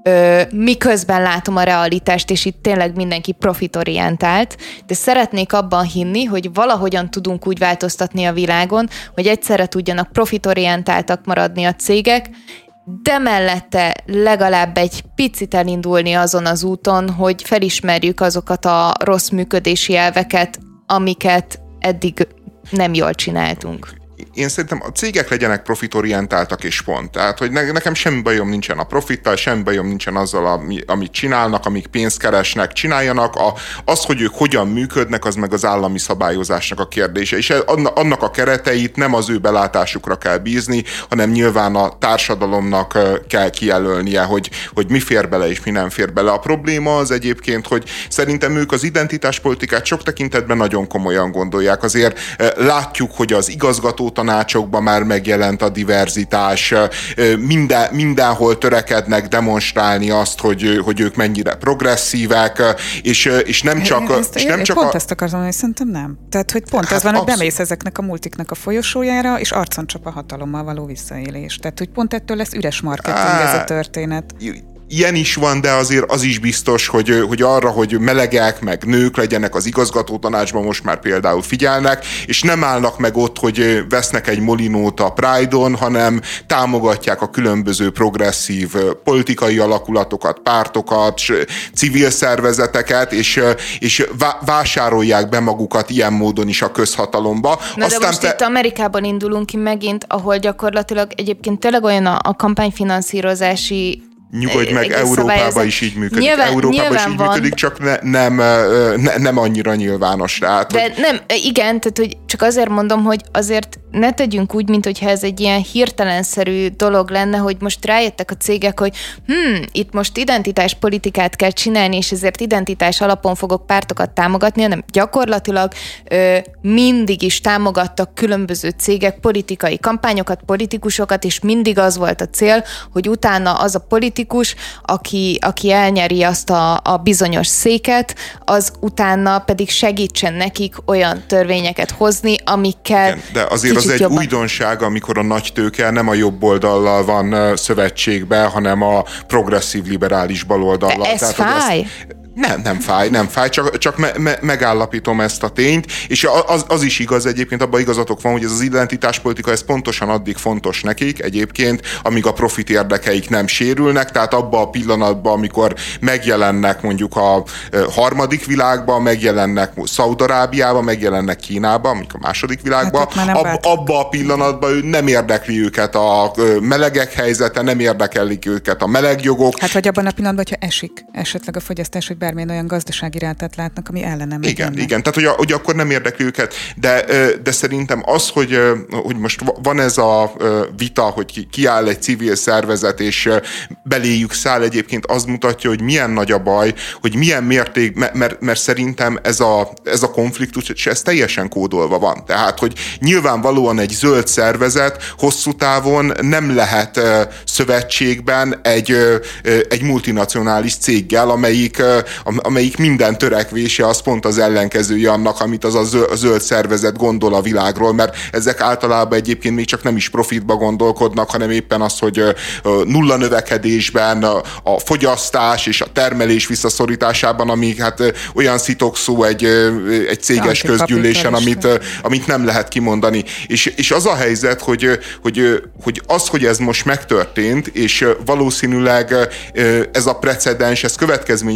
miközben látom a realitást, és itt tényleg mindenki profitorientált, de szeretnék abban hinni, hogy valahogyan tudunk úgy változtatni a világon, hogy egyszerre tudjanak profitorientáltak maradni a cégek, de mellette legalább egy picit elindulni azon az úton, hogy felismerjük azokat a rossz működési elveket, amiket eddig nem jól csináltunk. Én szerintem a cégek legyenek profitorientáltak és pont. Tehát, hogy nekem semmi bajom nincsen a profittal, semmi bajom nincsen azzal, amit csinálnak, amik pénzt keresnek, csináljanak. Az, hogy ők hogyan működnek, az meg az állami szabályozásnak a kérdése. És annak a kereteit nem az ő belátásukra kell bízni, hanem nyilván a társadalomnak kell kijelölnie, hogy mi fér bele és mi nem fér bele. A probléma az egyébként, hogy szerintem ők az identitáspolitikát sok tekintetben nagyon komolyan gondolják. Azért látjuk, hogy az igazgató tanácsokban már megjelent a diverzitás, mindenhol törekednek demonstrálni azt, hogy ők mennyire progresszívek, és nem csak... Pont ezt akartam mondani, szerintem nem. Tehát, hogy pont az van, hogy bemész ezeknek a multiknak a folyosójára, és arcon csap a hatalommal való visszaélés. Tehát, hogy pont ettől lesz üres marketing ez a történet. Ilyen is van, de azért az is biztos, hogy arra, hogy melegek, meg nők legyenek az igazgatótanácsban, most már például figyelnek, és nem állnak meg ott, hogy vesznek egy molinót a Pride-on, hanem támogatják a különböző progresszív politikai alakulatokat, pártokat, civil szervezeteket, és vásárolják be magukat ilyen módon is a közhatalomba. Na de most itt Amerikában indulunk ki megint, ahol gyakorlatilag egyébként tényleg olyan a kampányfinanszírozási nyugodj meg, Európában is így működik. Európában is így működik, csak nem annyira nyilvános rá. De nem, igen, tehát hogy csak azért mondom, hogy azért ne tegyünk úgy, mintha ez egy ilyen hirtelenszerű dolog lenne, hogy most rájöttek a cégek, hogy itt most identitáspolitikát kell csinálni, és ezért identitás alapon fogok pártokat támogatni, hanem gyakorlatilag mindig is támogattak különböző cégek politikai kampányokat, politikusokat, és mindig az volt a cél, hogy utána az a politikus, aki elnyeri azt a bizonyos széket, az utána pedig segítsen nekik olyan törvényeket hozni, amikkel igen, de azért az egy jobban. Újdonság, amikor a nagy tőke nem a jobb oldallal van szövetségben, hanem a progresszív liberális baloldallal. De ez fáj? Nem fáj, csak megállapítom ezt a tényt, és az is igaz egyébként, abban igazatok van, hogy ez az identitáspolitika, ez pontosan addig fontos nekik egyébként, amíg a profit érdekeik nem sérülnek, tehát abban a pillanatban, amikor megjelennek mondjuk a harmadik világban, megjelennek Szaúd-Arábiában, megjelennek Kínában, mondjuk a második világban, hát abban a pillanatban nem érdekli őket a melegek helyzete, nem érdekelik őket a melegjogok. Hát vagy abban a pillanatban, hogyha esik esetleg a fogyasztás, hogy bármilyen olyan gazdasági rátát látnak, ami ellene megy. Igen, tehát hogy akkor nem érdekli őket, de szerintem az, hogy most van ez a vita, hogy kiáll egy civil szervezet, és beléjük száll, egyébként az mutatja, hogy milyen nagy a baj, hogy milyen mérték, mert szerintem ez a konfliktus, és ez teljesen kódolva van. Tehát, hogy nyilvánvalóan egy zöld szervezet hosszú távon nem lehet szövetségben egy multinacionális céggel, amelyik minden törekvése az pont az ellenkezője annak, amit az a zöld szervezet gondol a világról, mert ezek általában egyébként még csak nem is profitba gondolkodnak, hanem éppen az, hogy nulla növekedésben, a fogyasztás és a termelés visszaszorításában, ami hát olyan szitokszó egy céges közgyűlésen, amit nem lehet kimondani. És az a helyzet, hogy ez most megtörtént, és valószínűleg ez a precedens, ez következmények nélkül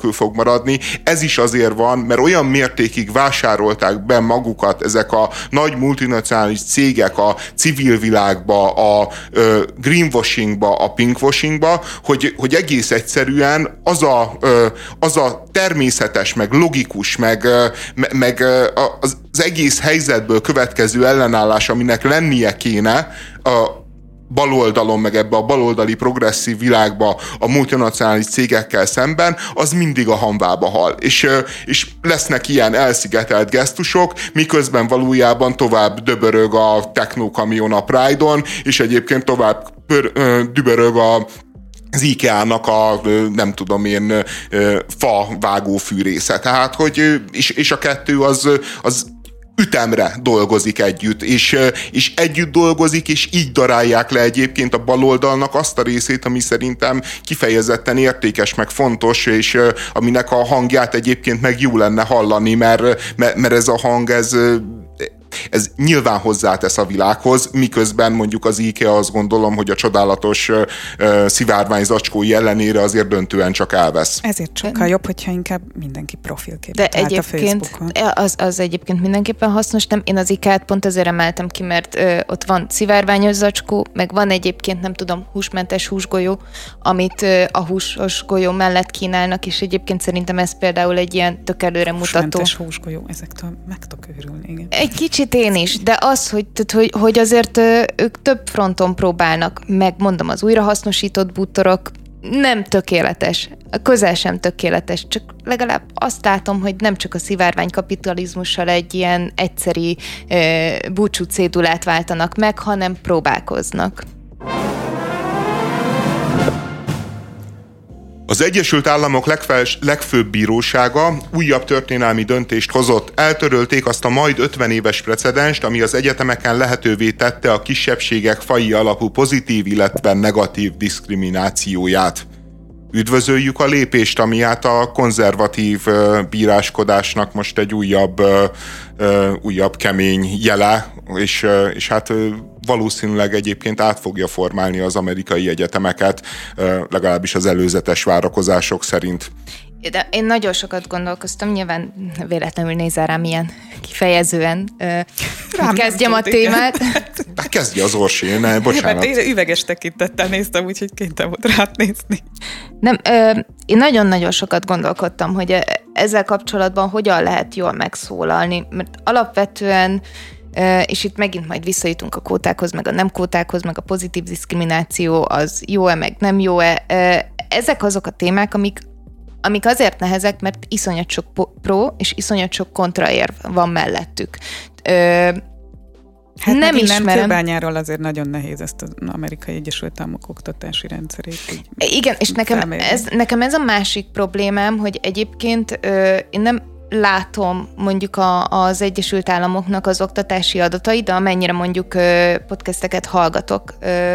nélkül fog maradni. Ez is azért van, mert olyan mértékig vásárolták be magukat ezek a nagy multinacionális cégek a civil világba, a greenwashingba, a pinkwashingba, hogy egész egyszerűen az a természetes, meg logikus, meg az egész helyzetből következő ellenállás, aminek lennie kéne a baloldalon, meg ebbe a baloldali progresszív világba a multinacionális cégekkel szemben, az mindig a hamvába hal. És lesznek ilyen elszigetelt gesztusok, miközben valójában tovább döbörög a technokamion a Pride-on, és egyébként tovább dübörög az IKEA-nak a nem tudom én fa vágófűrésze. Tehát, hogy és a kettő az ütemre dolgozik együtt, és együtt dolgozik, és így darálják le egyébként a baloldalnak azt a részét, ami szerintem kifejezetten értékes, meg fontos, és aminek a hangját egyébként meg jó lenne hallani, mert ez a hang, ez nyilván hozzátesz a világhoz, miközben mondjuk az IKEA azt gondolom, hogy a csodálatos szivárványzacskói ellenére azért döntően csak elvesz. Ezért sokkal jobb, hogyha inkább mindenki profilképet de egyébként az egyébként mindenképpen hasznos, nem? Én az IKEA-t pont azért emeltem ki, mert ott van szivárványos zacskó, meg van egyébként, nem tudom, húsmentes húsgolyó, amit a húsos golyó mellett kínálnak, és egyébként szerintem ez például egy ilyen tök előre mutató. Húsmentes húsgolyó, ezektől meg tudok őrülni, igen. Egy kicsit én is, de az, hogy azért ők több fronton próbálnak, meg mondom, az újrahasznosított bútorok nem tökéletes, közel sem tökéletes, csak legalább azt látom, hogy nem csak a szivárványkapitalizmussal egy ilyen egyszeri búcsú cédulát váltanak meg, hanem próbálkoznak. Az Egyesült Államok legfőbb bírósága újabb történelmi döntést hozott. Eltörölték azt a majd 50 éves precedenst, ami az egyetemeken lehetővé tette a kisebbségek faji alapú pozitív, illetve negatív diszkriminációját. Üdvözöljük a lépést, ami hát a konzervatív bíráskodásnak most egy újabb kemény jele, és hát valószínűleg egyébként át fogja formálni az amerikai egyetemeket, legalábbis az előzetes várakozások szerint. De én nagyon sokat gondolkoztam, nyilván véletlenül nézel rám ilyen kifejezően, kezdjem a témát. De kezdje az Orsi, bocsánat. Mert én üveges tekintettel néztem, úgyhogy kénytem volt rád nézni. Nem, én nagyon-nagyon sokat gondolkodtam, hogy ezzel kapcsolatban hogyan lehet jól megszólalni, mert alapvetően és itt megint majd visszajutunk a kvótákhoz, meg a nem kvótákhoz, meg a pozitív diszkrimináció, az jó-e, meg nem jó-e. Ezek azok a témák, amik azért nehezek, mert iszonyat sok pro és iszonyat sok kontraérv van mellettük. Hát nem ismerem. Kőbányáról azért nagyon nehéz ezt az Amerikai Egyesült Államok oktatási rendszerét. Igen, és nekem ez a másik problémám, hogy egyébként én nem látom mondjuk az Egyesült Államoknak az oktatási adatait, de amennyire mondjuk podcasteket hallgatok,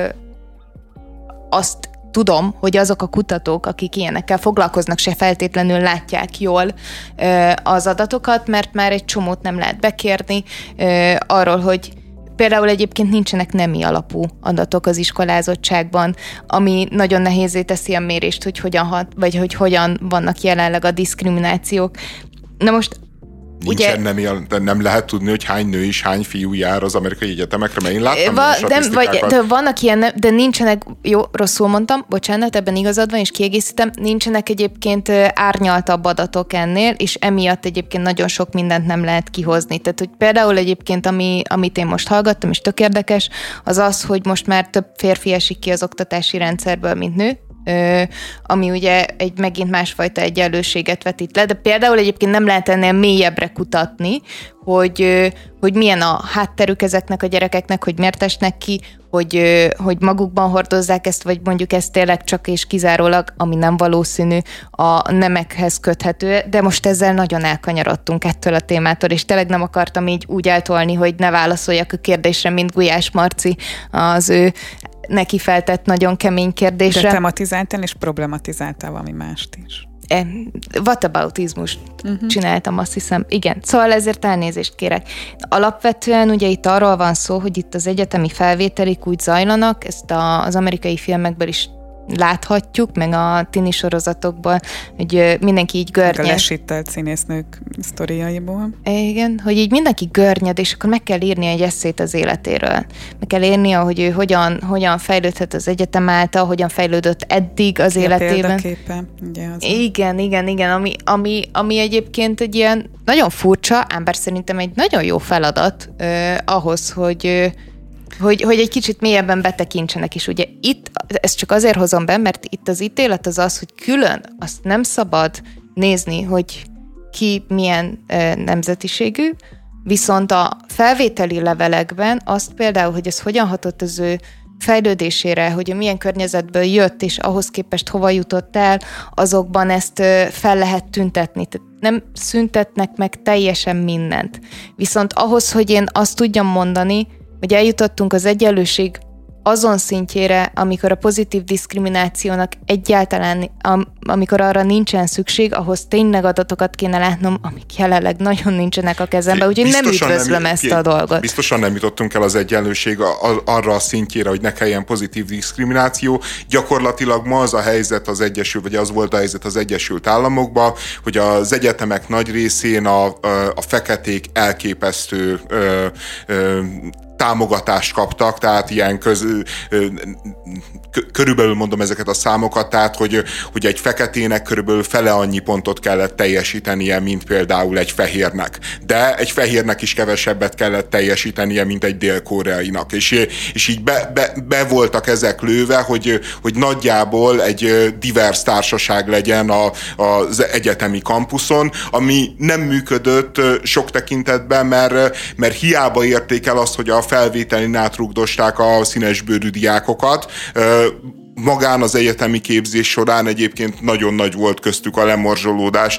azt tudom, hogy azok a kutatók, akik ilyenekkel foglalkoznak, se feltétlenül látják jól az adatokat, mert már egy csomót nem lehet bekérni arról, hogy például egyébként nincsenek nemi alapú adatok az iskolázottságban, ami nagyon nehézé teszi a mérést, hogy hogyan hat, vagy hogy hogyan vannak jelenleg a diszkriminációk. Na most ugye, nem lehet tudni, hogy hány nő és hány fiú jár az amerikai egyetemekre, mert én láttam a statisztikákat. De vannak ilyen, de nincsenek, jó, rosszul mondtam, bocsánat, ebben igazad van, és kiegészítem, nincsenek egyébként árnyaltabb adatok ennél, és emiatt egyébként nagyon sok mindent nem lehet kihozni. Tehát, hogy például egyébként, amit én most hallgattam, és tök érdekes, az az, hogy most már több férfi esik ki az oktatási rendszerből, mint nő, ami ugye egy megint másfajta egyenlőséget vetít le, de például egyébként nem lehet ennél mélyebbre kutatni, hogy milyen a hátterük ezeknek a gyerekeknek, hogy miért esnek ki, hogy magukban hordozzák ezt, vagy mondjuk ez tényleg csak és kizárólag, ami nem valószínű, a nemekhez köthető, de most ezzel nagyon elkanyarodtunk ettől a témától, és tényleg nem akartam így úgy eltolni, hogy ne válaszoljak a kérdésre, mint Gulyás Marci az ő neki feltett nagyon kemény kérdésre. De tematizáltál és problematizáltál valami mást is. Whataboutizmust csináltam, azt hiszem. Igen, szóval ezért elnézést kérek. Alapvetően ugye itt arról van szó, hogy itt az egyetemi felvételik úgy zajlanak, ezt az amerikai filmekből is láthatjuk, meg a tini sorozatokban, hogy mindenki így görnyed. A lesítelt színésznők sztoriaiból. Igen, hogy így mindenki görnyed, és akkor meg kell írni egy esszét az életéről. Meg kell írnia, hogy ő hogyan fejlődhet az egyetem által, hogyan fejlődött eddig az életében. Példaképe. Igen, ami egyébként egy ilyen nagyon furcsa, ám bár szerintem egy nagyon jó feladat ahhoz, hogy egy kicsit mélyebben betekintsenek is. Ugye itt, ezt csak azért hozom be, mert itt az ítélet az az, hogy külön azt nem szabad nézni, hogy ki milyen nemzetiségű, viszont a felvételi levelekben azt például, hogy ez hogyan hatott az ő fejlődésére, hogy milyen környezetből jött, és ahhoz képest hova jutott el, azokban ezt fel lehet tüntetni. Tehát nem szüntetnek meg teljesen mindent. Viszont ahhoz, hogy én azt tudjam mondani, hogy eljutottunk az egyenlőség azon szintjére, amikor a pozitív diszkriminációnak egyáltalán, amikor arra nincsen szükség, ahhoz tényleg adatokat kéne látnom, amik jelenleg nagyon nincsenek a kezemben, úgyhogy nem üdvözlöm ezt a dolgot. Biztosan nem jutottunk el az egyenlőség arra a szintjére, hogy ne kelljen pozitív diszkrimináció. Gyakorlatilag ma az a helyzet az Egyesült, vagy az volt a helyzet az Egyesült Államokban, hogy az egyetemek nagy részén a feketék elképesztő támogatást kaptak, tehát ilyen körülbelül mondom ezeket a számokat, tehát hogy egy feketének körülbelül fele annyi pontot kellett teljesítenie, mint például egy fehérnek. De egy fehérnek is kevesebbet kellett teljesítenie, mint egy dél-koreainak. És így be voltak ezek lőve, hogy nagyjából egy divers társaság legyen az egyetemi kampuszon, ami nem működött sok tekintetben, mert hiába érték el azt, hogy a felvételin átrugdosták a színesbőrű diákokat. Magán az egyetemi képzés során egyébként nagyon nagy volt köztük a lemorzsolódás,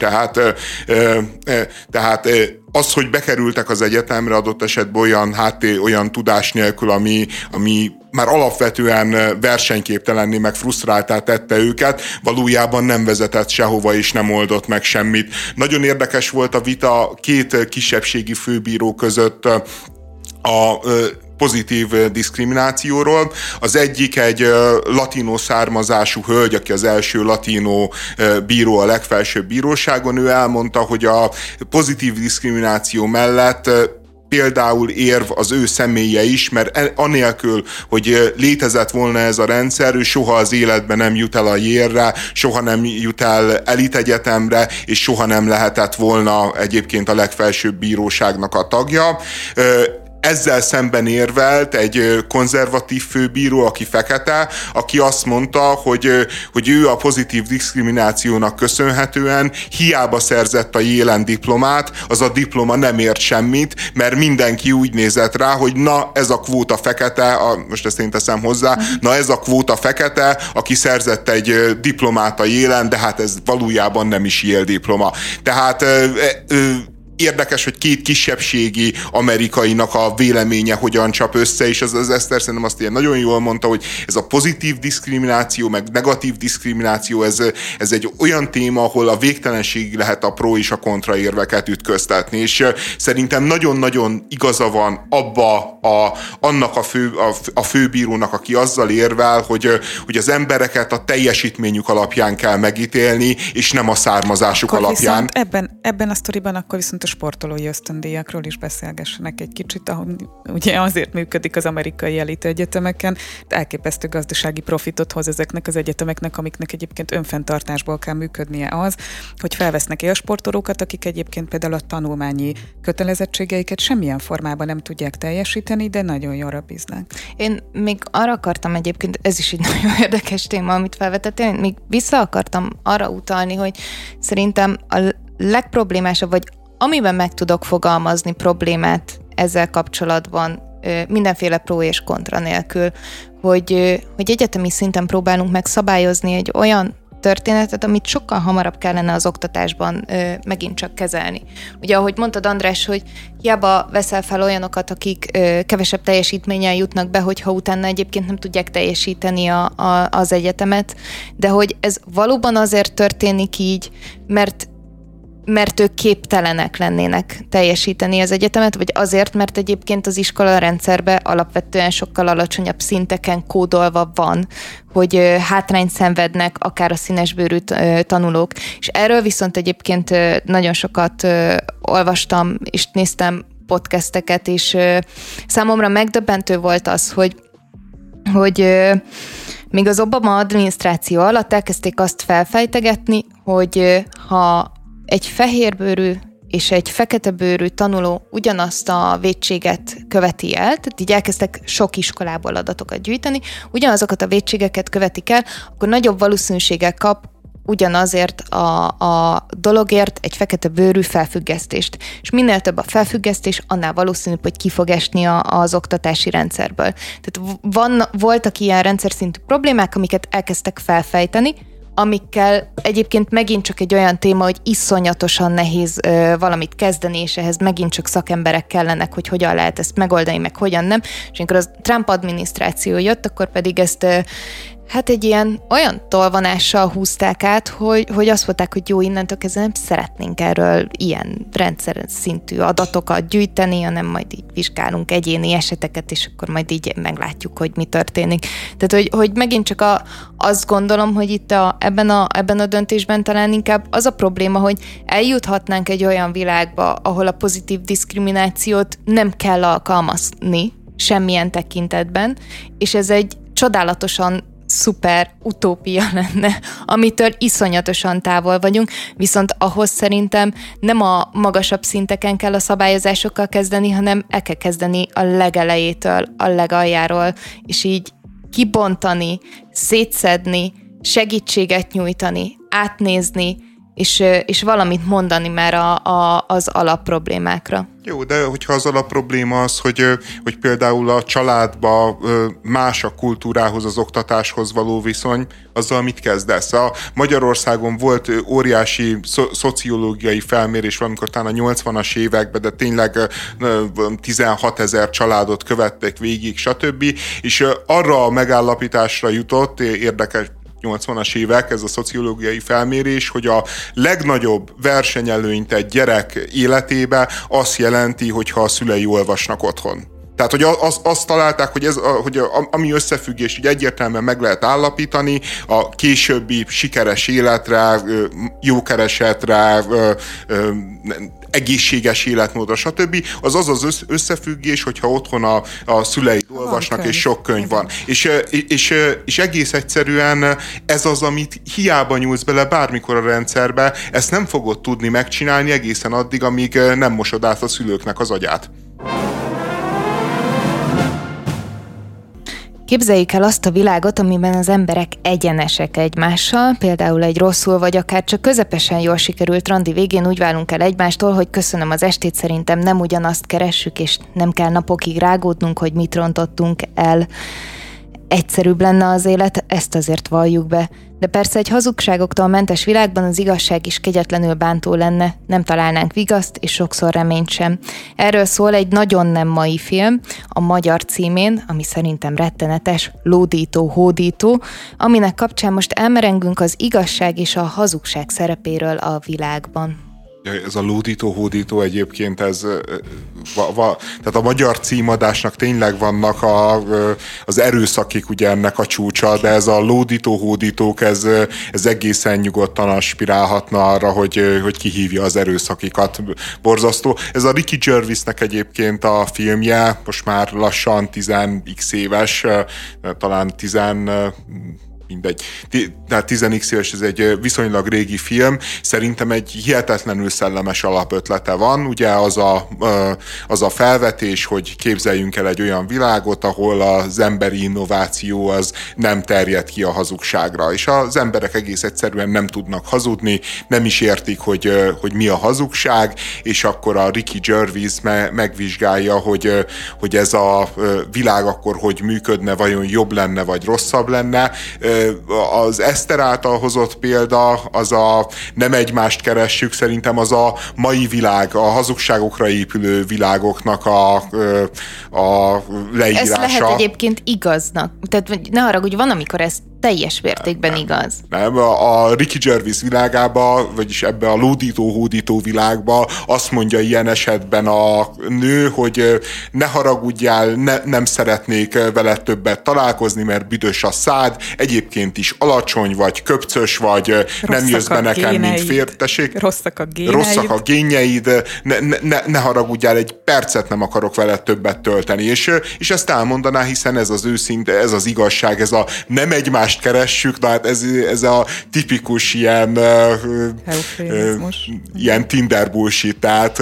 tehát az, hogy bekerültek az egyetemre adott esetben olyan tudás nélkül, ami már alapvetően versenyképtelenné, meg frusztráltá tette őket, valójában nem vezetett sehova, és nem oldott meg semmit. Nagyon érdekes volt a vita két kisebbségi főbíró között a pozitív diszkriminációról. Az egyik egy latinó származású hölgy, aki az első latinó bíró a legfelsőbb bíróságon. Ő elmondta, hogy a pozitív diszkrimináció mellett például érv az ő személye is, mert anélkül, hogy létezett volna ez a rendszer, ő soha az életben nem jut el a Yale-re, soha nem jut el elitegyetemre, és soha nem lehetett volna egyébként a legfelsőbb bíróságnak a tagja. Ezzel szemben érvelt egy konzervatív főbíró, aki fekete, aki azt mondta, hogy ő a pozitív diszkriminációnak köszönhetően hiába szerzett a Yale-en diplomát, az a diploma nem ért semmit, mert mindenki úgy nézett rá, hogy na, ez a kvóta fekete, most ezt én teszem hozzá, na ez a kvóta fekete, aki szerzett egy diplomát a Yale-en, de hát ez valójában nem is Yale diploma. Tehát érdekes, hogy két kisebbségi amerikainak a véleménye hogyan csap össze, és az Eszter szerintem azt ilyen nagyon jól mondta, hogy ez a pozitív diszkrimináció, meg negatív diszkrimináció, ez egy olyan téma, ahol a végtelenségig lehet a pro és a kontra érveket ütköztetni, és szerintem nagyon-nagyon igaza van abba annak a főbírónak, aki azzal érvel, hogy az embereket a teljesítményük alapján kell megítélni, és nem a származásuk akkor alapján. Ebben a sztoriban akkor viszont a sportolói ösztöndíjakról is beszélgessenek egy kicsit, ahol ugye azért működik az amerikai elit egyetemeken, elképesztő gazdasági profitot hoz ezeknek az egyetemeknek, amiknek egyébként önfenntartásból kell működnie az, hogy felvesznek élsportolókat, akik egyébként például a tanulmányi kötelezettségeiket semmilyen formában nem tudják teljesíteni, de nagyon jól bíznak. Én még arra akartam egyébként, ez is egy nagyon érdekes téma, amit felvetettél, én még vissza akartam arra utalni, hogy szerintem a legproblémásabb, vagy amiben meg tudok fogalmazni problémát ezzel kapcsolatban, mindenféle pro és kontra nélkül, hogy egyetemi szinten próbálunk meg szabályozni egy olyan történetet, amit sokkal hamarabb kellene az oktatásban megint csak kezelni. Ugye, ahogy mondtad, András, hogy hiába veszel fel olyanokat, akik kevesebb teljesítménnyel jutnak be, hogyha utána egyébként nem tudják teljesíteni az egyetemet, de hogy ez valóban azért történik így, mert mert ők képtelenek lennének teljesíteni az egyetemet, vagy azért, mert egyébként az iskola rendszerbe alapvetően sokkal alacsonyabb szinteken kódolva van, hogy hátrányt szenvednek akár a színesbőrű tanulók. És erről viszont egyébként nagyon sokat olvastam, és néztem podcasteket, és számomra megdöbbentő volt az, hogy még az Obama adminisztráció alatt elkezdték azt felfejtegetni, hogy ha egy fehérbőrű és egy feketebőrű tanuló ugyanazt a vétséget követi el, tehát így elkezdtek sok iskolából adatokat gyűjteni, ugyanazokat a vétségeket követik el, akkor nagyobb valószínűséggel kap ugyanazért a dologért egy fekete bőrű felfüggesztést. És minél több a felfüggesztés, annál valószínűbb, hogy ki fog esni az oktatási rendszerből. Tehát voltak ilyen rendszer szintű problémák, amiket elkezdtek felfejteni, amikkel egyébként megint csak egy olyan téma, hogy iszonyatosan nehéz valamit kezdeni, és ehhez megint csak szakemberek kellenek, hogy hogyan lehet ezt megoldani, meg hogyan nem. És amikor az Trump adminisztráció jött, akkor pedig ezt hát egy ilyen olyan tolvonással húzták át, hogy azt mondták, hogy jó, innentől kezdve nem szeretnénk erről ilyen rendszer szintű adatokat gyűjteni, hanem majd így vizsgálunk egyéni eseteket, és akkor majd így meglátjuk, hogy mi történik. Tehát, hogy megint csak azt gondolom, hogy itt ebben a döntésben talán inkább az a probléma, hogy eljuthatnánk egy olyan világba, ahol a pozitív diszkriminációt nem kell alkalmazni semmilyen tekintetben, és ez egy csodálatosan szuper utópia lenne, amitől iszonyatosan távol vagyunk, viszont ahhoz szerintem nem a magasabb szinteken kell a szabályozásokkal kezdeni, hanem el kell kezdeni a legelejétől, a legaljáról, és így kibontani, szétszedni, segítséget nyújtani, átnézni, és valamit mondani már az alapproblémákra. Jó, de hogyha az alapprobléma az, hogy például a családban más a kultúrához, az oktatáshoz való viszony, azzal mit kezdesz? A Magyarországon volt óriási szociológiai felmérés valamikor talán a 80-as években, de tényleg 16 000 családot követtek végig, stb. És arra a megállapításra jutott, érdekes, 80-as évek, ez a szociológiai felmérés, hogy a legnagyobb versenyelőnyt egy gyerek életébe azt jelenti, hogyha a szülei olvasnak otthon. Tehát, hogy azt találták, hogy ami összefüggés így egyértelműen meg lehet állapítani, a későbbi sikeres életre, jó keresetre, egészséges életmódra, stb. Az összefüggés, hogyha otthon a szüleid olvasnak, és sok könyv van. És egész egyszerűen ez az, amit hiába nyúlsz bele bármikor a rendszerbe, ezt nem fogod tudni megcsinálni egészen addig, amíg nem mosod át a szülőknek az agyát. Képzeljük el azt a világot, amiben az emberek egyenesek egymással, például egy rosszul vagy akár csak közepesen jól sikerült randi végén úgy válunk el egymástól, hogy köszönöm az estét, szerintem nem ugyanazt keressük, és nem kell napokig rágódnunk, hogy mit rontottunk el. Egyszerűbb lenne az élet, ezt azért valljuk be. De persze egy hazugságoktól mentes világban az igazság is kegyetlenül bántó lenne, nem találnánk vigaszt, és sokszor reményt sem. Erről szól egy nagyon nem mai film, a magyar címén, ami szerintem rettenetes, Lódító, hódító, aminek kapcsán most elmerengünk az igazság és a hazugság szerepéről a világban. Ez a lódító-hódító egyébként, tehát a magyar címadásnak tényleg vannak az erőszakik ugye ennek a csúcsa, de ez a lódító-hódítók, ez egészen nyugodtan aspirálhatna arra, hogy kihívja az erőszakikat. Borzasztó. Ez a Ricky Gervaisnek egyébként a filmje, most már lassan 10x éves, talán 10x éves, ez egy viszonylag régi film, szerintem egy hihetetlenül szellemes alapötlete van, ugye az a felvetés, hogy képzeljünk el egy olyan világot, ahol az emberi innováció az nem terjed ki a hazugságra, és az emberek egész egyszerűen nem tudnak hazudni, nem is értik, hogy mi a hazugság, és akkor a Ricky Gervais megvizsgálja, hogy ez a világ akkor hogy működne, vajon jobb lenne, vagy rosszabb lenne. Az Eszter által hozott példa, az a nem egymást keressük, szerintem az a mai világ, a hazugságokra épülő világoknak a leírása. Ez lehet egyébként igaznak. Tehát ne haragudj, van, amikor ezt teljes mértékben igaz. Nem, a Ricky Gervais világába, vagyis ebbe a lódító-hódító világba azt mondja ilyen esetben a nő, hogy ne haragudjál, nem szeretnék veled többet találkozni, mert büdös a szád, egyébként is alacsony vagy, köpcös vagy, rosszak nem jössz be nekem, mint férteség. Rosszak a génjeid, ne haragudjál, egy percet nem akarok veled többet tölteni. És ezt elmondaná, hiszen ez az őszinte, ez az igazság, ez a nem egymást keressük, de hát ez a tipikus ilyen ilyen Tinder bullshit, tehát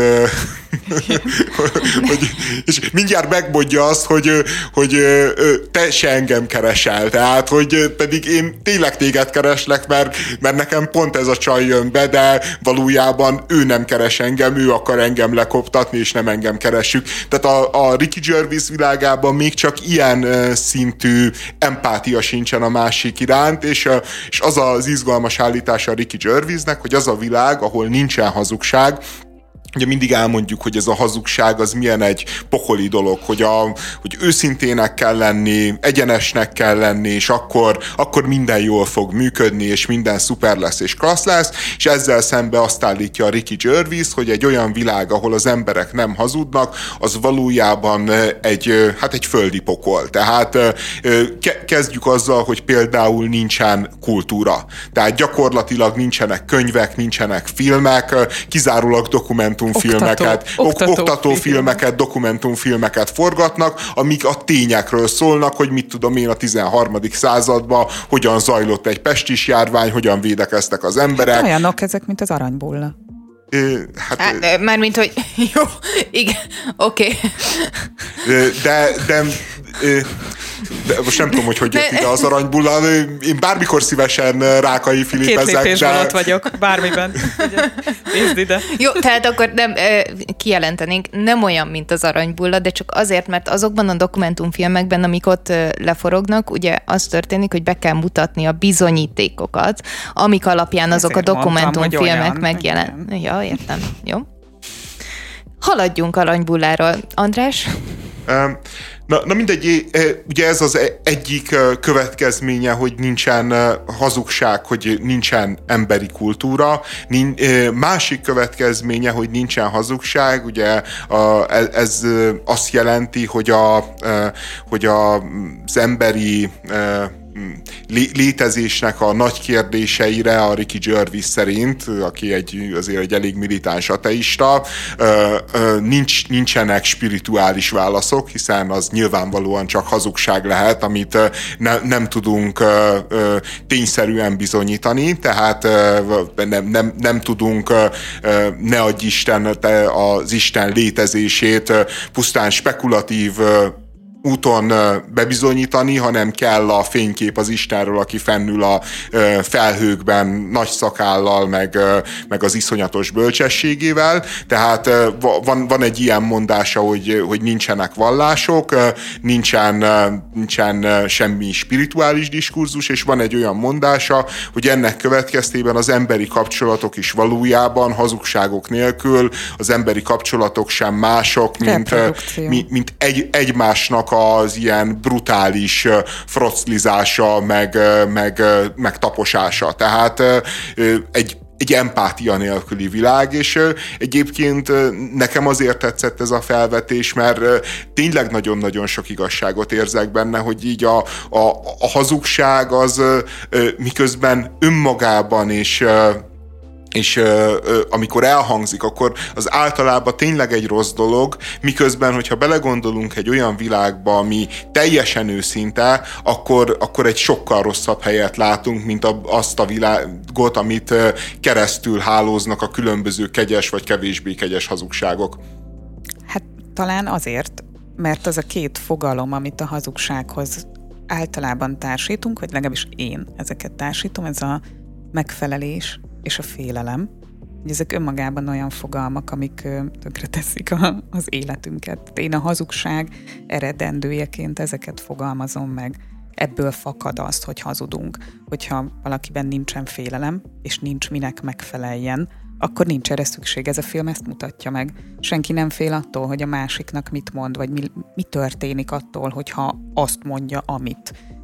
és mindjárt megmondja azt, hogy te se engem keresel, tehát hogy pedig én tényleg téged kereslek, mert nekem pont ez a csaj jön be, de valójában ő nem keres engem, ő akar engem lekoptatni, és nem engem keressük. Tehát a Ricky Gervais világában még csak ilyen szintű empátia sincsen a másik iránt, és az az izgalmas állítása a Ricky Gervaisnek, hogy az a világ, ahol nincsen hazugság. Ugye mindig elmondjuk, hogy ez a hazugság az milyen egy pokoli dolog, hogy őszintének kell lenni, egyenesnek kell lenni, és akkor minden jól fog működni, és minden szuper lesz, és klassz lesz, és ezzel szembe azt állítja a Ricky Gervais, hogy egy olyan világ, ahol az emberek nem hazudnak, az valójában egy földi pokol. Tehát kezdjük azzal, hogy például nincsen kultúra. Tehát gyakorlatilag nincsenek könyvek, nincsenek filmek, kizárólag oktatófilmeket, dokumentumfilmeket forgatnak, amik a tényekről szólnak, hogy mit tudom én a 13. században hogyan zajlott egy pestis járvány, hogyan védekeztek az emberek. Hát olyanok ezek, mint az aranybulla. Mármint, hogy jó, igen, oké. De most nem tudom, hogy jött ide az aranybulla. Én bármikor szívesen Rákai Filipezek. 2 lépésben ott vagyok, bármiben. Nézd ide. Jó, tehát akkor nem kijelentenénk, nem olyan, mint az aranybulla, de csak azért, mert azokban a dokumentumfilmekben, amik ott leforognak, ugye az történik, hogy be kell mutatni a bizonyítékokat, amik alapján azok ezért a dokumentumfilmek megjelennek. Ja, értem. Jó. Haladjunk aranybulláról. András? Na mindegy, ugye ez az egyik következménye, hogy nincsen hazugság, hogy nincsen emberi kultúra. Másik következménye, hogy nincsen hazugság, ugye ez azt jelenti, hogy az emberi létezésnek a nagy kérdéseire a Ricky Gervais szerint, aki azért egy elég militáns ateista, nincsenek spirituális válaszok, hiszen az nyilvánvalóan csak hazugság lehet, amit nem tudunk tényszerűen bizonyítani, tehát nem tudunk, ne adj Isten, az Isten létezését pusztán spekulatív úton bebizonyítani, hanem kell a fénykép az Istenről, aki fennül a felhőkben nagy szakállal, meg az iszonyatos bölcsességével. Tehát van egy ilyen mondása, hogy nincsenek vallások, nincsen semmi spirituális diskurzus, és van egy olyan mondása, hogy ennek következtében az emberi kapcsolatok is valójában hazugságok nélkül, az emberi kapcsolatok sem mások, mint egymásnak az ilyen brutális froclizása, meg taposása. Tehát egy empátia nélküli világ, és egyébként nekem azért tetszett ez a felvetés, mert tényleg nagyon-nagyon sok igazságot érzek benne, hogy így a hazugság az miközben önmagában és amikor elhangzik, akkor az általában tényleg egy rossz dolog, miközben, hogyha belegondolunk egy olyan világba, ami teljesen őszinte, akkor egy sokkal rosszabb helyet látunk, mint azt a világot, amit keresztül hálóznak a különböző kegyes vagy kevésbé kegyes hazugságok. Hát talán azért, mert az a 2 fogalom, amit a hazugsághoz általában társítunk, vagy legalábbis én ezeket társítom, ez a megfelelés és a félelem, hogy ezek önmagában olyan fogalmak, amik tönkreteszik az életünket. Én a hazugság eredendőjeként ezeket fogalmazom meg. Ebből fakad azt, hogy hazudunk. Hogyha valakiben nincsen félelem, és nincs minek megfeleljen, akkor nincs erre szükség. Ez a film ezt mutatja meg. Senki nem fél attól, hogy a másiknak mit mond, vagy mi történik attól, hogyha azt mondja, amit.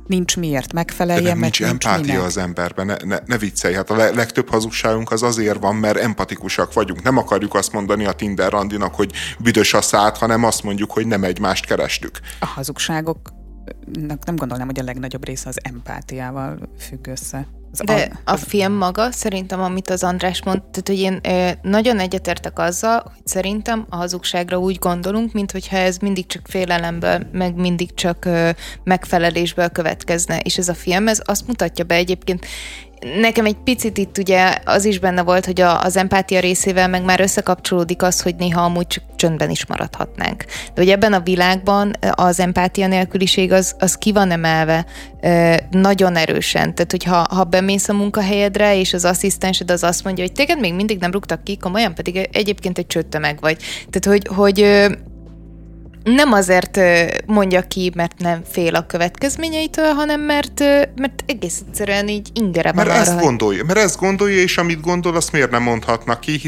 nincs miért megfelelje, nincs empátia minek. az emberben, ne viccelj. Hát a legtöbb hazugságunk az azért van, mert empatikusak vagyunk. Nem akarjuk azt mondani a Tinder randinak, hogy büdös a szád, hanem azt mondjuk, hogy nem egymást kerestük. A hazugságok nem gondolnám, hogy a legnagyobb része az empátiával függ össze. De a film maga, szerintem, amit az András mond, tehát, hogy én nagyon egyetértek azzal, hogy szerintem a hazugságra úgy gondolunk, minthogyha ez mindig csak félelemből, meg mindig csak megfelelésből következne. És ez a film, ez azt mutatja be egyébként, nekem egy picit itt ugye az is benne volt, hogy az empátia részével meg már összekapcsolódik az, hogy néha amúgy csak csöndben is maradhatnánk. De hogy ebben a világban az empátia nélküliség az ki van emelve nagyon erősen. Tehát, hogy ha bemész a munkahelyedre, és az asszisztensed az azt mondja, hogy téged még mindig nem rúgtak ki, komolyan, pedig egyébként egy csőttömeg vagy. Tehát, hogy nem azért mondja ki, mert nem fél a következményeitől, hanem mert egész egyszerűen így ingere van arra. Mert ezt gondolja, és amit gondol, azt miért nem mondhatnak ki,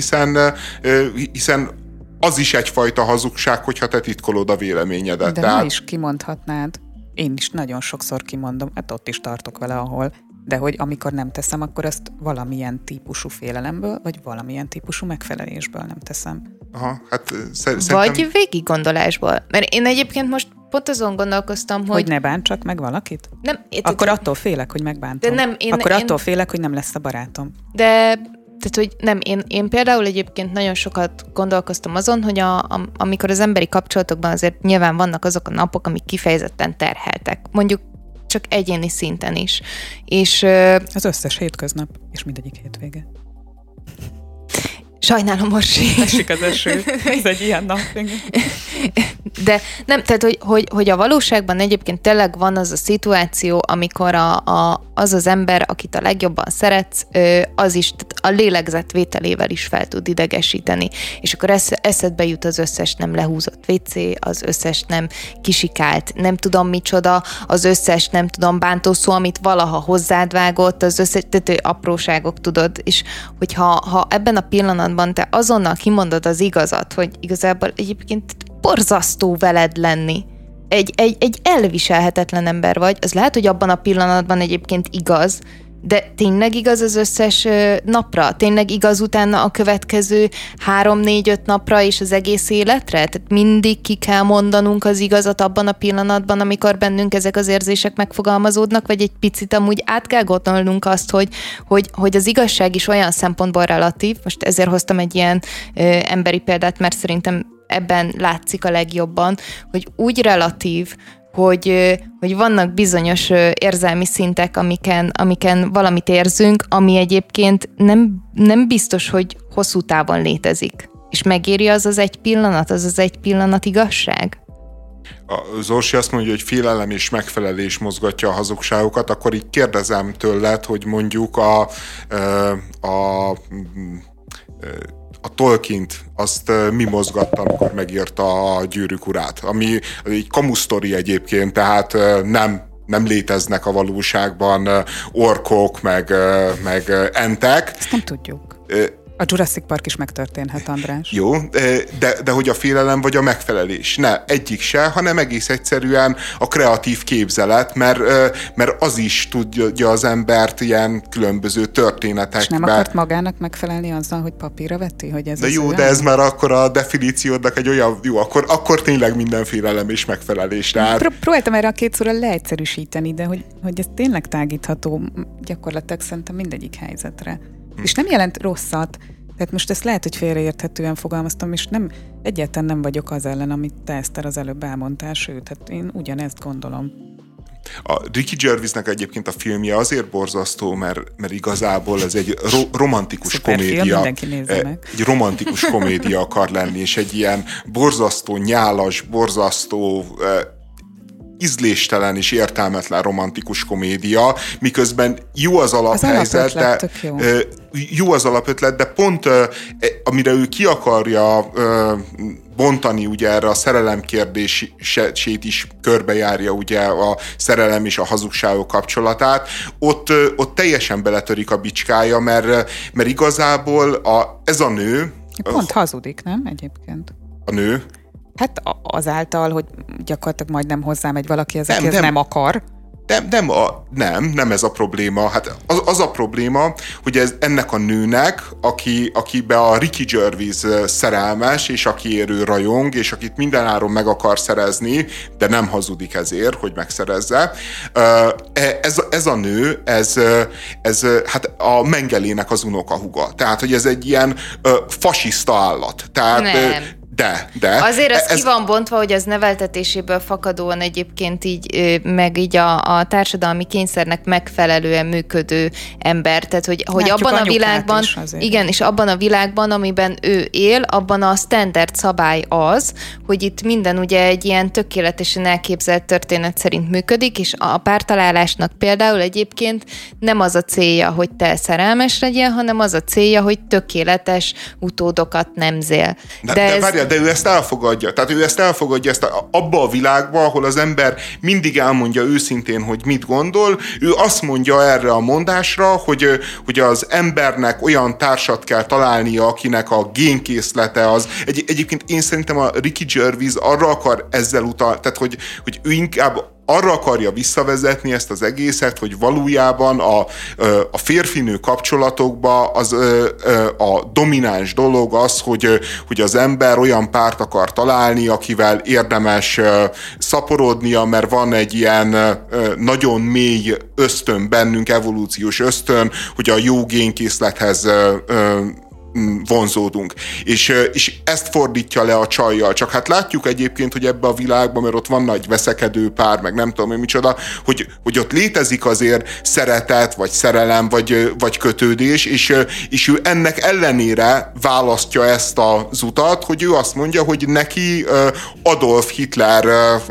hiszen az is egyfajta hazugság, hogyha te titkolod a véleményedet. De ma is kimondhatnád. Én is nagyon sokszor kimondom, hát ott is tartok vele, ahol, de hogy amikor nem teszem, akkor ezt valamilyen típusú félelemből, vagy valamilyen típusú megfelelésből nem teszem. Aha, hát szerintem... Vagy végiggondolásból. Mert én egyébként most pont azon gondolkoztam, hogy ne bántsak meg valakit? Nem. Akkor attól félek, hogy megbántom. De nem, attól félek, hogy nem lesz a barátom. De... Tehát, hogy nem, én például egyébként nagyon sokat gondolkoztam azon, hogy amikor az emberi kapcsolatokban azért nyilván vannak azok a napok, amik kifejezetten terheltek. Mondjuk csak egyéni szinten is. És, az összes hétköznap, és mindegyik hétvége. Sajnálom, Orsi. Esik az eső. Ez egy ilyen nap. De nem, tehát, hogy a valóságban egyébként tényleg van az a szituáció, amikor az ember, akit a legjobban szeretsz, az is a lélegzetvételével is fel tud idegesíteni. És akkor eszedbe jut az összes nem lehúzott WC, az összes nem kisikált, nem tudom micsoda, az összes nem tudom bántó szó, amit valaha hozzád vágott, az összes, tehát apróságok, tudod, és hogyha ebben a pillanatban te azonnal kimondod az igazat, hogy igazából egyébként borzasztó veled lenni. Egy elviselhetetlen ember vagy, az lehet, hogy abban a pillanatban egyébként igaz, de tényleg igaz az összes napra? Tényleg igaz utána a következő 3-4-5 napra és az egész életre? Tehát mindig ki kell mondanunk az igazat abban a pillanatban, amikor bennünk ezek az érzések megfogalmazódnak, vagy egy picit amúgy át kell gondolnunk azt, hogy az igazság is olyan szempontból relatív, most ezért hoztam egy ilyen emberi példát, mert szerintem ebben látszik a legjobban, hogy úgy relatív, hogy vannak bizonyos érzelmi szintek, amiken valamit érzünk, ami egyébként nem biztos, hogy hosszú távon létezik. És megéri az egy pillanat igazság? Az Orsi azt mondja, hogy félelem és megfelelés mozgatja a hazugságokat, akkor így kérdezem tőled, hogy mondjuk a Tolkient azt mi mozgatta, amikor megírta a Gyűrűk urát, ami egy kamusztori egyébként, tehát nem léteznek a valóságban orkok, meg entek. Ezt nem tudjuk. A Jurassic Park is megtörténhet, András. Jó, de hogy a félelem vagy a megfelelés? Ne, egyik se, hanem egész egyszerűen a kreatív képzelet, mert az is tudja az embert ilyen különböző történetekben. És nem akart magának megfelelni azzal, hogy papírra veti, hogy ez de az jó, de ez már akkor a definíciódnak egy olyan, jó, akkor tényleg minden félelem és megfelelés. Próbáltam erre a két szóra leegyszerűsíteni, de hogy ez tényleg tágítható gyakorlatilag szerintem mindegyik helyzetre. És nem jelent rosszat, tehát most ezt lehet, hogy félreérthetően fogalmaztam, és egyáltalán nem vagyok az ellen, amit te, Eszter, az előbb elmondtál, sőt, hát én ugyanezt gondolom. A Ricky Gervaisnek egyébként a filmje azért borzasztó, mert igazából ez egy romantikus komédia. Egy romantikus komédia akar lenni, és egy ilyen borzasztó nyálas, borzasztó ízléstelen és értelmetlen romantikus komédia, miközben jó az alaphelyzet, jó az alapötlet, de pont amire ő ki akarja bontani, ugye erre a szerelem kérdését is körbejárja, ugye a szerelem és a hazugságok kapcsolatát, ott teljesen beletörik a bicskája, mert igazából ez a nő... Pont hazudik, nem egyébként? A nő? Hát azáltal, hogy gyakorlatilag majdnem hozzámegy valaki, akihez nem akar. Nem ez a probléma. Hát az a probléma, hogy ennek a nőnek, akibe a Ricky Gervais szerelmes, és akiért ő rajong, és akit mindenáron meg akar szerezni, de nem hazudik ezért, hogy megszerezze. Ez a nő, ez hát a Mengelének az unokahúga. Tehát, hogy ez egy ilyen fasiszta állat. Tehát, nem. De. Azért az ki van bontva, hogy az neveltetéséből fakadóan egyébként így, meg így a társadalmi kényszernek megfelelően működő ember. Tehát, hogy abban a világban, igen, és abban a világban, amiben ő él, abban a standard szabály az, hogy itt minden ugye egy ilyen tökéletesen elképzelt történet szerint működik, és a pártalálásnak például egyébként nem az a célja, hogy te szerelmes legyél, hanem az a célja, hogy tökéletes utódokat nemzél. De ő ezt elfogadja. Tehát ő ezt elfogadja abba a világba, ahol az ember mindig elmondja őszintén, hogy mit gondol. Ő azt mondja erre a mondásra, hogy az embernek olyan társat kell találnia, akinek a génkészlete az. Egyébként én szerintem a Ricky Gervais arra akar ezzel utal, tehát hogy ő inkább arra akarja visszavezetni ezt az egészet, hogy valójában a férfinő kapcsolatokban a domináns dolog az, hogy az ember olyan párt akar találni, akivel érdemes szaporodnia, mert van egy ilyen nagyon mély ösztön bennünk, evolúciós ösztön, hogy a jó génkészlethez vonzódunk. És ezt fordítja le a csajjal. Csak hát látjuk egyébként, hogy ebbe a világban, mert ott van nagy veszekedő pár, meg nem tudom én micsoda, hogy ott létezik azért szeretet, vagy szerelem, vagy kötődés, és ő ennek ellenére választja ezt az utat, hogy ő azt mondja, hogy neki Adolf Hitler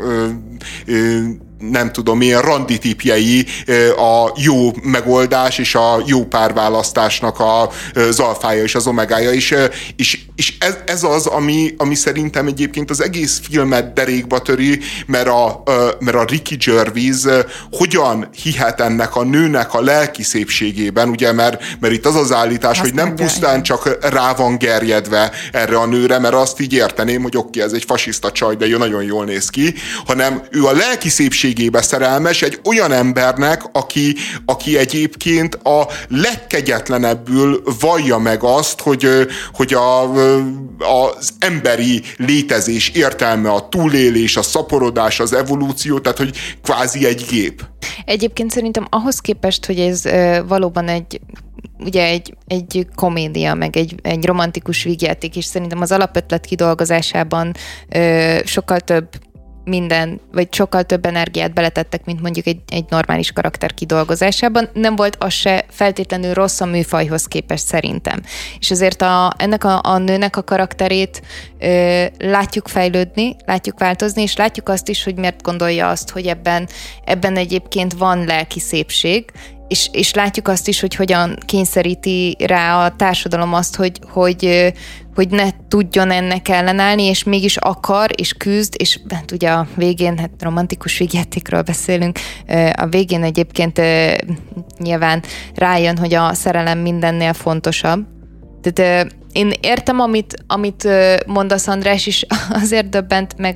nem tudom, milyen randitipjei a jó megoldás és a jó párválasztásnak az alfája és az omegája is. És ez az, ami szerintem egyébként az egész filmet derékba töri, mert a Ricky Gervais hogyan hihet ennek a nőnek a lelki szépségében, ugye, mert itt az az állítás, azt hogy nem pusztán csak rá van gerjedve erre a nőre, mert azt így érteném, hogy oké, ez egy fasiszta csaj, de ő nagyon jól néz ki, hanem ő a lelki szépségébe szerelmes egy olyan embernek, aki egyébként a legkegyetlenebbül vallja meg azt, hogy az emberi létezés értelme a túlélés, a szaporodás, az evolúció, tehát hogy kvázi egy gép. Egyébként szerintem ahhoz képest, hogy ez valóban egy komédia, meg egy romantikus vígjáték, és szerintem az alapötlet kidolgozásában sokkal több vagy sokkal több energiát beletettek, mint mondjuk egy normális karakter kidolgozásában. Nem volt az se feltétlenül rossz a műfajhoz képest szerintem. És azért ennek a nőnek a karakterét látjuk fejlődni, látjuk változni, és látjuk azt is, hogy miért gondolja azt, hogy ebben egyébként van lelki szépség, és látjuk azt is, hogy hogyan kényszeríti rá a társadalom azt, hogy ne tudjon ennek ellenállni, és mégis akar, és küzd, és hát ugye a végén, hát romantikus vígjátékról beszélünk, a végén egyébként nyilván rájön, hogy a szerelem mindennél fontosabb. Tehát én értem, amit mondasz, András, és azért döbbent meg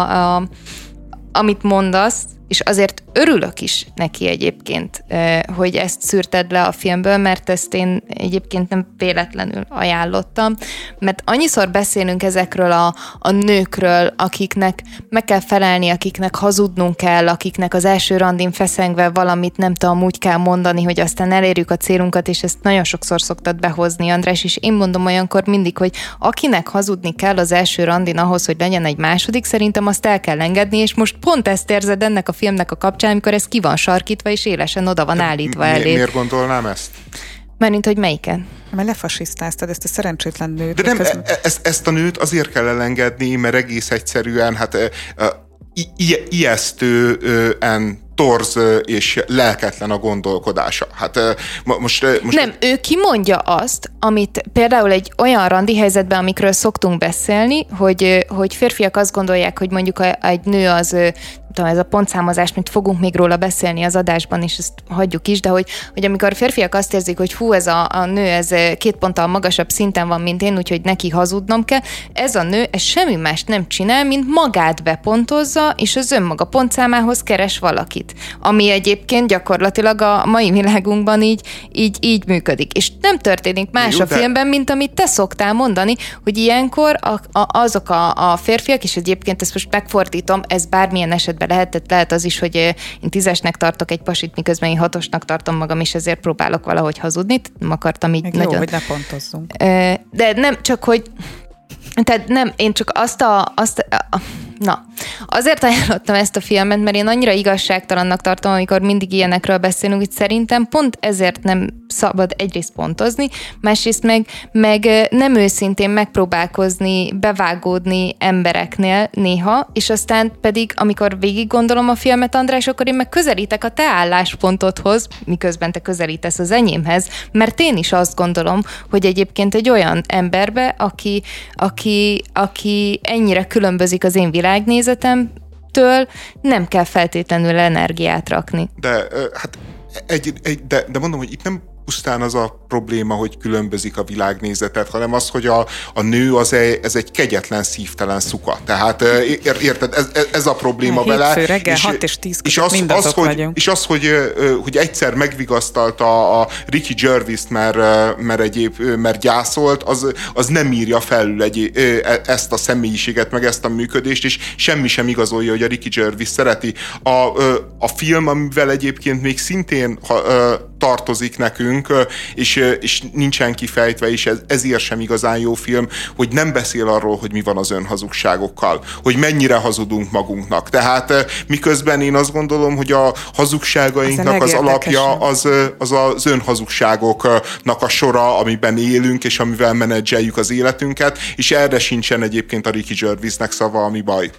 amit mondasz, és azért örülök is neki egyébként, hogy ezt szűrted le a filmből, mert ezt én egyébként nem véletlenül ajánlottam, mert annyiszor beszélünk ezekről a nőkről, akiknek meg kell felelni, akiknek hazudnunk kell, akiknek az első randin feszengve valamit nem tudom, úgy kell mondani, hogy aztán elérjük a célunkat, és ezt nagyon sokszor szoktad behozni, András, és én mondom olyankor mindig, hogy akinek hazudni kell az első randin ahhoz, hogy legyen egy második, szerintem azt el kell engedni, és most pont ezt érzed ennek a filmnek a kapcsán, amikor ez ki van sarkítva, és élesen oda van állítva elé. Miért gondolnám ezt? Mármint, hogy melyiken? Mert lefasisztáztad ezt a szerencsétlen nőt. De nem, ezt a nőt azért kell elengedni, mert egész egyszerűen ijesztően torz és lelketlen a gondolkodása. Hát most nem, ő kimondja azt, amit például egy olyan randi helyzetben, amikről szoktunk beszélni, hogy férfiak azt gondolják, hogy mondjuk egy nő az ez a pontszámozás, mint fogunk még róla beszélni az adásban, és ezt hagyjuk is, de hogy amikor férfiak azt érzik, hogy hú, ez a nő, ez 2 ponttal magasabb szinten van, mint én, úgyhogy neki hazudnom kell, ez a nő, ez semmi más nem csinál, mint magát bepontozza, és az önmaga pontszámához keres valakit. Ami egyébként gyakorlatilag a mai világunkban így működik. És nem történik más a filmben, mint amit te szoktál mondani, hogy ilyenkor azok a férfiak, és egyébként ezt most megfordítom, ez bármilyen esetben lehet az is, hogy én 10-esnek tartok egy pasit, miközben én 6-osnak tartom magam, és ezért próbálok valahogy hazudni. Nem akartam így meg nagyon... Jó, hogy ne pontozzunk. De nem, csak hogy... Tehát nem, én csak azért ajánlottam ezt a filmet, mert én annyira igazságtalannak tartom, amikor mindig ilyenekről beszélünk, hogy szerintem pont ezért nem szabad egyrészt pontozni, másrészt meg nem őszintén megpróbálkozni, bevágódni embereknél néha, és aztán pedig, amikor végig gondolom a filmet, András, akkor én meg közelítek a te álláspontodhoz, miközben te közelítesz az enyémhez, mert én is azt gondolom, hogy egyébként egy olyan emberbe, aki ennyire különbözik az én világnézetemtől, nem kell feltétlenül energiát rakni. De mondom, hogy itt nem pusztán az a probléma, hogy különbözik a világnézetet, hanem az, hogy a nő ez egy kegyetlen, szívtelen szuka. Tehát érted, ez a probléma vele. Hétfő reggel 6 és 10 között mindazok vagyunk. És az, hogy egyszer megvigasztalta a Ricky Gervais-t, mert gyászolt, az nem írja felül ezt a személyiséget, meg ezt a működést, és semmi sem igazolja, hogy a Ricky Gervais szereti. A film, amivel egyébként még szintén tartozik nekünk, és nincsen kifejtve, és ezért sem igazán jó film, hogy nem beszél arról, hogy mi van az önhazugságokkal, hogy mennyire hazudunk magunknak. Tehát miközben én azt gondolom, hogy a hazugságainknak az alapja az önhazugságoknak a sora, amiben élünk, és amivel menedzseljük az életünket, és erre sincsen egyébként a Ricky Gervaisnek szava, ami baj.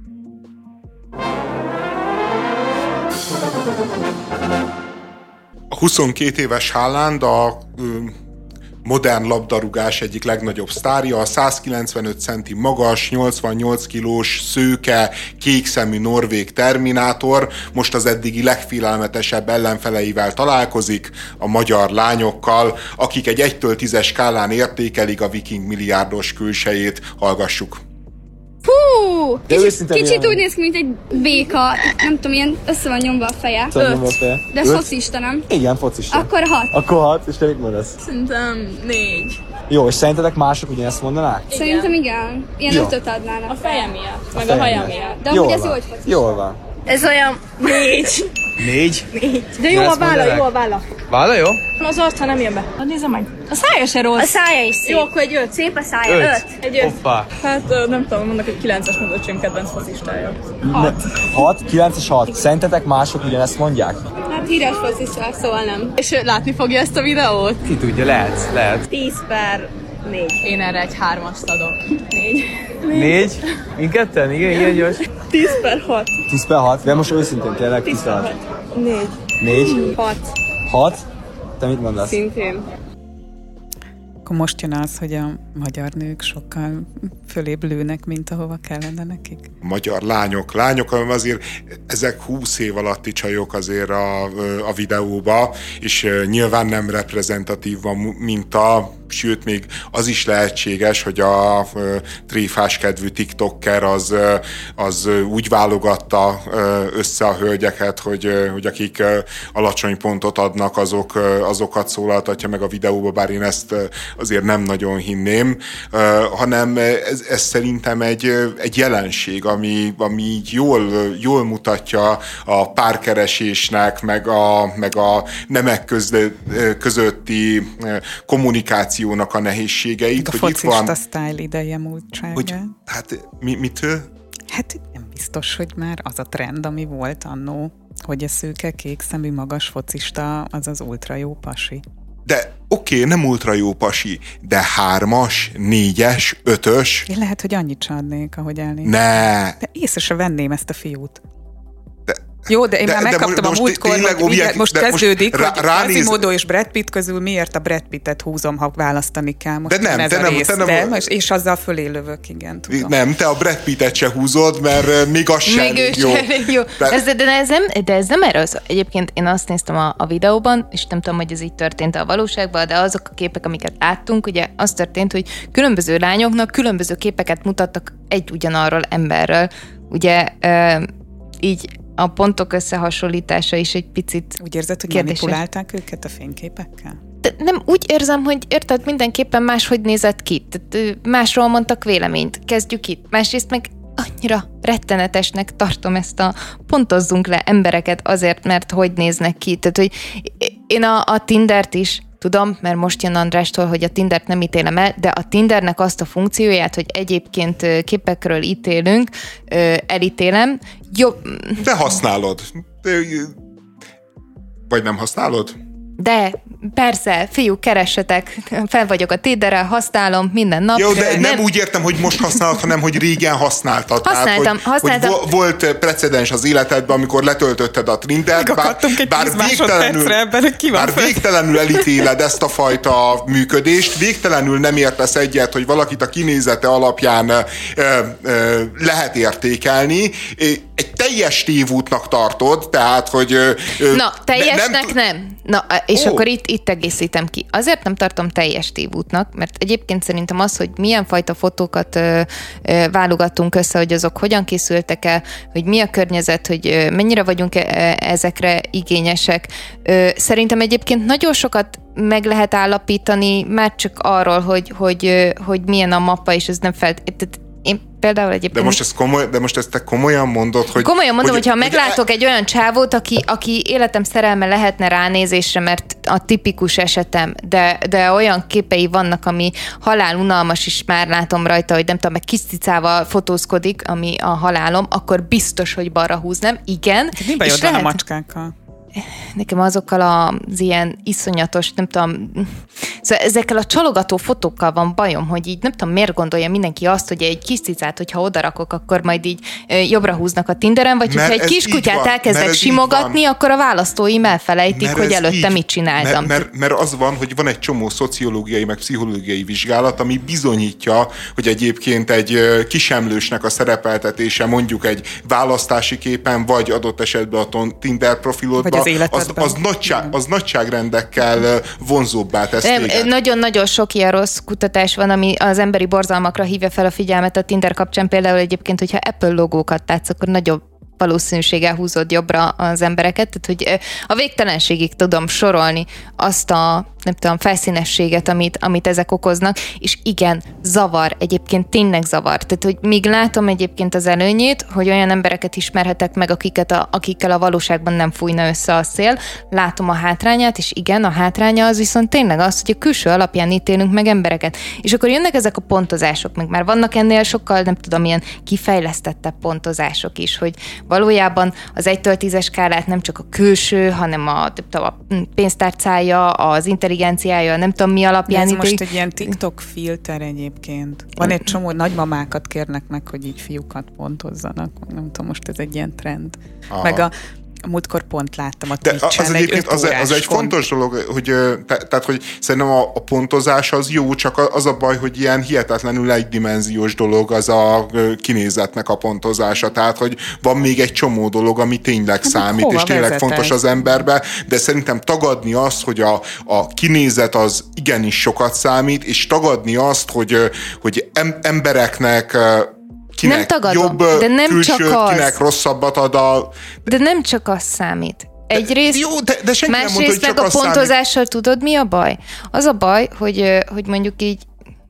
A 22 éves Haaland a modern labdarúgás egyik legnagyobb sztárja, a 195 centi magas, 88 kilós, szőke, kékszemű norvég terminátor most az eddigi legfélelmetesebb ellenfeleivel találkozik, a magyar lányokkal, akik egy 1-től 10-es skálán értékelik a viking milliárdos külsejét. Hallgassuk! Hú! Kicsit úgy néz ki, mint egy béka. Nem tudom, ilyen össze van nyomva a feje. 5. De focista, nem? Igen, focista. Akkor 6. Akkor 6, és te mit mondasz? Szerintem 4. Jó, és szerintetek mások ugyanezt mondanák? Szerintem igen. Ilyen 5-öt adnának. A feje miatt, meg a haja miatt. De amúgy ez jó, hogy focista. Jól van. Ez olyan 4. 4? De jó a válla, Válla jó? Az arca nem jön be. Nézzem meg. A szája se rossz. A szája is szép. Jó, akkor egy 5. Szép a szája. 5. Egy 5. Hoppá. Hát nem tudom, mondok egy 9-es mondott kedvenc focistája. 6, 9 és 6. Szerintetek mások ugyanezt mondják? Hát híres focista, szóval nem. És látni fogja ezt a videót? Ki tudja, lehet. 10/4. Én erre egy 3-ast adok. 4. 4? Mindketten? Igen, gyors. 10/6. 10/6, de most őszintén tényleg 10/6. 4. 4? 6. 6? Te mit mondasz? Szintén. Akkor most jön az, hogy a magyar nők sokkal fölébb lőnek, mint ahova kellene nekik. Magyar lányok, azért ezek 20 év alatti csajok azért a videóba, és nyilván nem reprezentatív a minta, sőt, még az is lehetséges, hogy a tréfás kedvű tiktoker az úgy válogatta össze a hölgyeket, hogy akik alacsony pontot adnak, azokat szólaltatja meg a videóba, bár én ezt azért nem nagyon hinném, hanem ez szerintem egy jelenség, ami így jól mutatja a párkeresésnek, meg a nemek közötti kommunikációnak a nehézségeit. A focista sztájl ideje múltsága. Mitől? Hát nem biztos, hogy már az a trend, ami volt annó, hogy a szőke, kékszemű, magas focista, az az ultra jó pasi. De oké, nem ultra jó pasi, de 3-as, 4-es, 5-ös. Én lehet, hogy annyit sem adnék, ahogy elnék. Ne! De észre se venném ezt a fiút. De Jó, de én már megkaptam a múltkor, hogy most kezdődik, hogy Quasimodo és Brad Pitt közül miért a Brad Pittet húzom, ha választani kell. Most és azzal fölé lövök, igen. Tudom. Nem, te a Brad Pittet se húzod, mert még az sem jó. De ez nem erről szól. Egyébként én azt néztem a videóban, és nem tudom, hogy ez így történt a valóságban, de azok a képek, amiket láttunk, ugye az történt, hogy különböző lányoknak különböző képeket mutattak egy ugyanarról emberről. Ugye így a pontok összehasonlítása is egy picit úgy érzed, hogy manipulálták őket a fényképekkel? De nem, úgy érzem, hogy érted, mindenképpen máshogy nézett ki. Tehát másról mondtak véleményt. Kezdjük itt. Másrészt meg annyira rettenetesnek tartom ezt a pontozzunk le embereket azért, mert hogy néznek ki. Tehát, hogy én a Tindert is tudom, mert most jön Andrástól, hogy a Tindert nem ítélem el, de a Tindernek azt a funkcióját, hogy egyébként képekről ítélünk, elítélem. Jó. De használod. Vagy nem használod? De, persze, fiúk, keressetek, fel vagyok a Tinderrel, használom minden nap. Jó, de nem úgy értem, hogy most használod, hanem hogy régen használtad. Használtam. Hogy volt precedens az életedben, amikor letöltötted a Tindert, bár végtelenül elítéled ezt a fajta működést, végtelenül nem értesz egyet, hogy valakit a kinézete alapján lehet értékelni, egy teljes tévútnak tartod, tehát, hogy... Na, teljesnek nem. Na, és akkor itt egészítem ki. Azért nem tartom teljes tévútnak, mert egyébként szerintem az, hogy milyen fajta fotókat válogattunk össze, hogy azok hogyan készültek el, hogy mi a környezet, hogy mennyire vagyunk ezekre igényesek. Szerintem egyébként nagyon sokat meg lehet állapítani már csak arról, hogy milyen a mappa, és ez nem én például egyébként... De most ezt te komolyan mondod, hogy... Komolyan mondom, hogyha meglátok egy olyan csávót, aki életem szerelme lehetne ránézésre, mert a tipikus esetem, de olyan képei vannak, ami halálunalmas is már látom rajta, hogy nem tudom, meg kis cicával fotózkodik, ami a halálom, akkor biztos, hogy balra húznám. Igen. Mi bajod van a macskákkal? Nekem azokkal az ilyen iszonyatos, nem tudom, szóval ezekkel a csalogató fotókkal van bajom, hogy így nem tudom, miért gondolja mindenki azt, hogy egy kis cicát, hogyha odarakok, akkor majd így jobbra húznak a Tinderen, vagy hogyha egy kiskutyát elkezdek simogatni, akkor a választóim elfelejtik, hogy előtte mit csináltam. Mert az van, hogy van egy csomó szociológiai, meg pszichológiai vizsgálat, ami bizonyítja, hogy egyébként egy kisemlősnek a szerepeltetése mondjuk egy választási képen, vagy adott esetben a Tinder profilodban, az nagyságrendekkel vonzóbbá tesz téged. Nagyon-nagyon sok ilyen rossz kutatás van, ami az emberi borzalmakra hívja fel a figyelmet a Tinder kapcsán. Például egyébként, hogyha Apple logókat látsz, akkor nagyobb valószínűséggel húzod jobbra az embereket, tehát hogy a végtelenségig tudom sorolni azt a, nem tudom, felszínességet, amit ezek okoznak, és igen, zavar, egyébként tényleg zavar. Tehát, hogy míg látom egyébként az előnyét, hogy olyan embereket ismerhetek meg, akikkel a valóságban nem fújna össze a szél, látom a hátrányát, és igen, a hátránya az viszont tényleg az, hogy a külső alapján ítélünk meg embereket. És akkor jönnek ezek a pontozások, meg már vannak ennél sokkal, nem tudom, ilyen kifejlesztettebb pontozások is, hogy valójában az 1-től 10-es skálát nem csak a külső, hanem a pénztárcája, az intelligenciája, nem tudom mi alapján. Ez most egy ilyen TikTok filter egyébként. Van egy csomó nagymamákat kérnek meg, hogy így fiúkat pontozzanak. Nem tudom, most ez egy ilyen trend. Aha. Meg a múltkor pont láttam a Twitch-en egy 5 órás az egy fontos dolog, hogy, tehát, hogy szerintem a pontozás az jó, csak az a baj, hogy ilyen hihetetlenül egydimenziós dolog az a kinézetnek a pontozása. Tehát, hogy van még egy csomó dolog, ami tényleg számít, és tényleg fontos az emberbe, de szerintem tagadni azt, hogy a kinézet az igenis sokat számít, és tagadni azt, hogy embereknek kinek nem tagadom, jobb de nem külsőt, csak az. Kinek rosszabbat ad a... De nem csak az számít. Egyrészt, jó, de senki nem mondta, hogy csak meg a pontozással számít. Tudod, mi a baj? Az a baj, hogy mondjuk így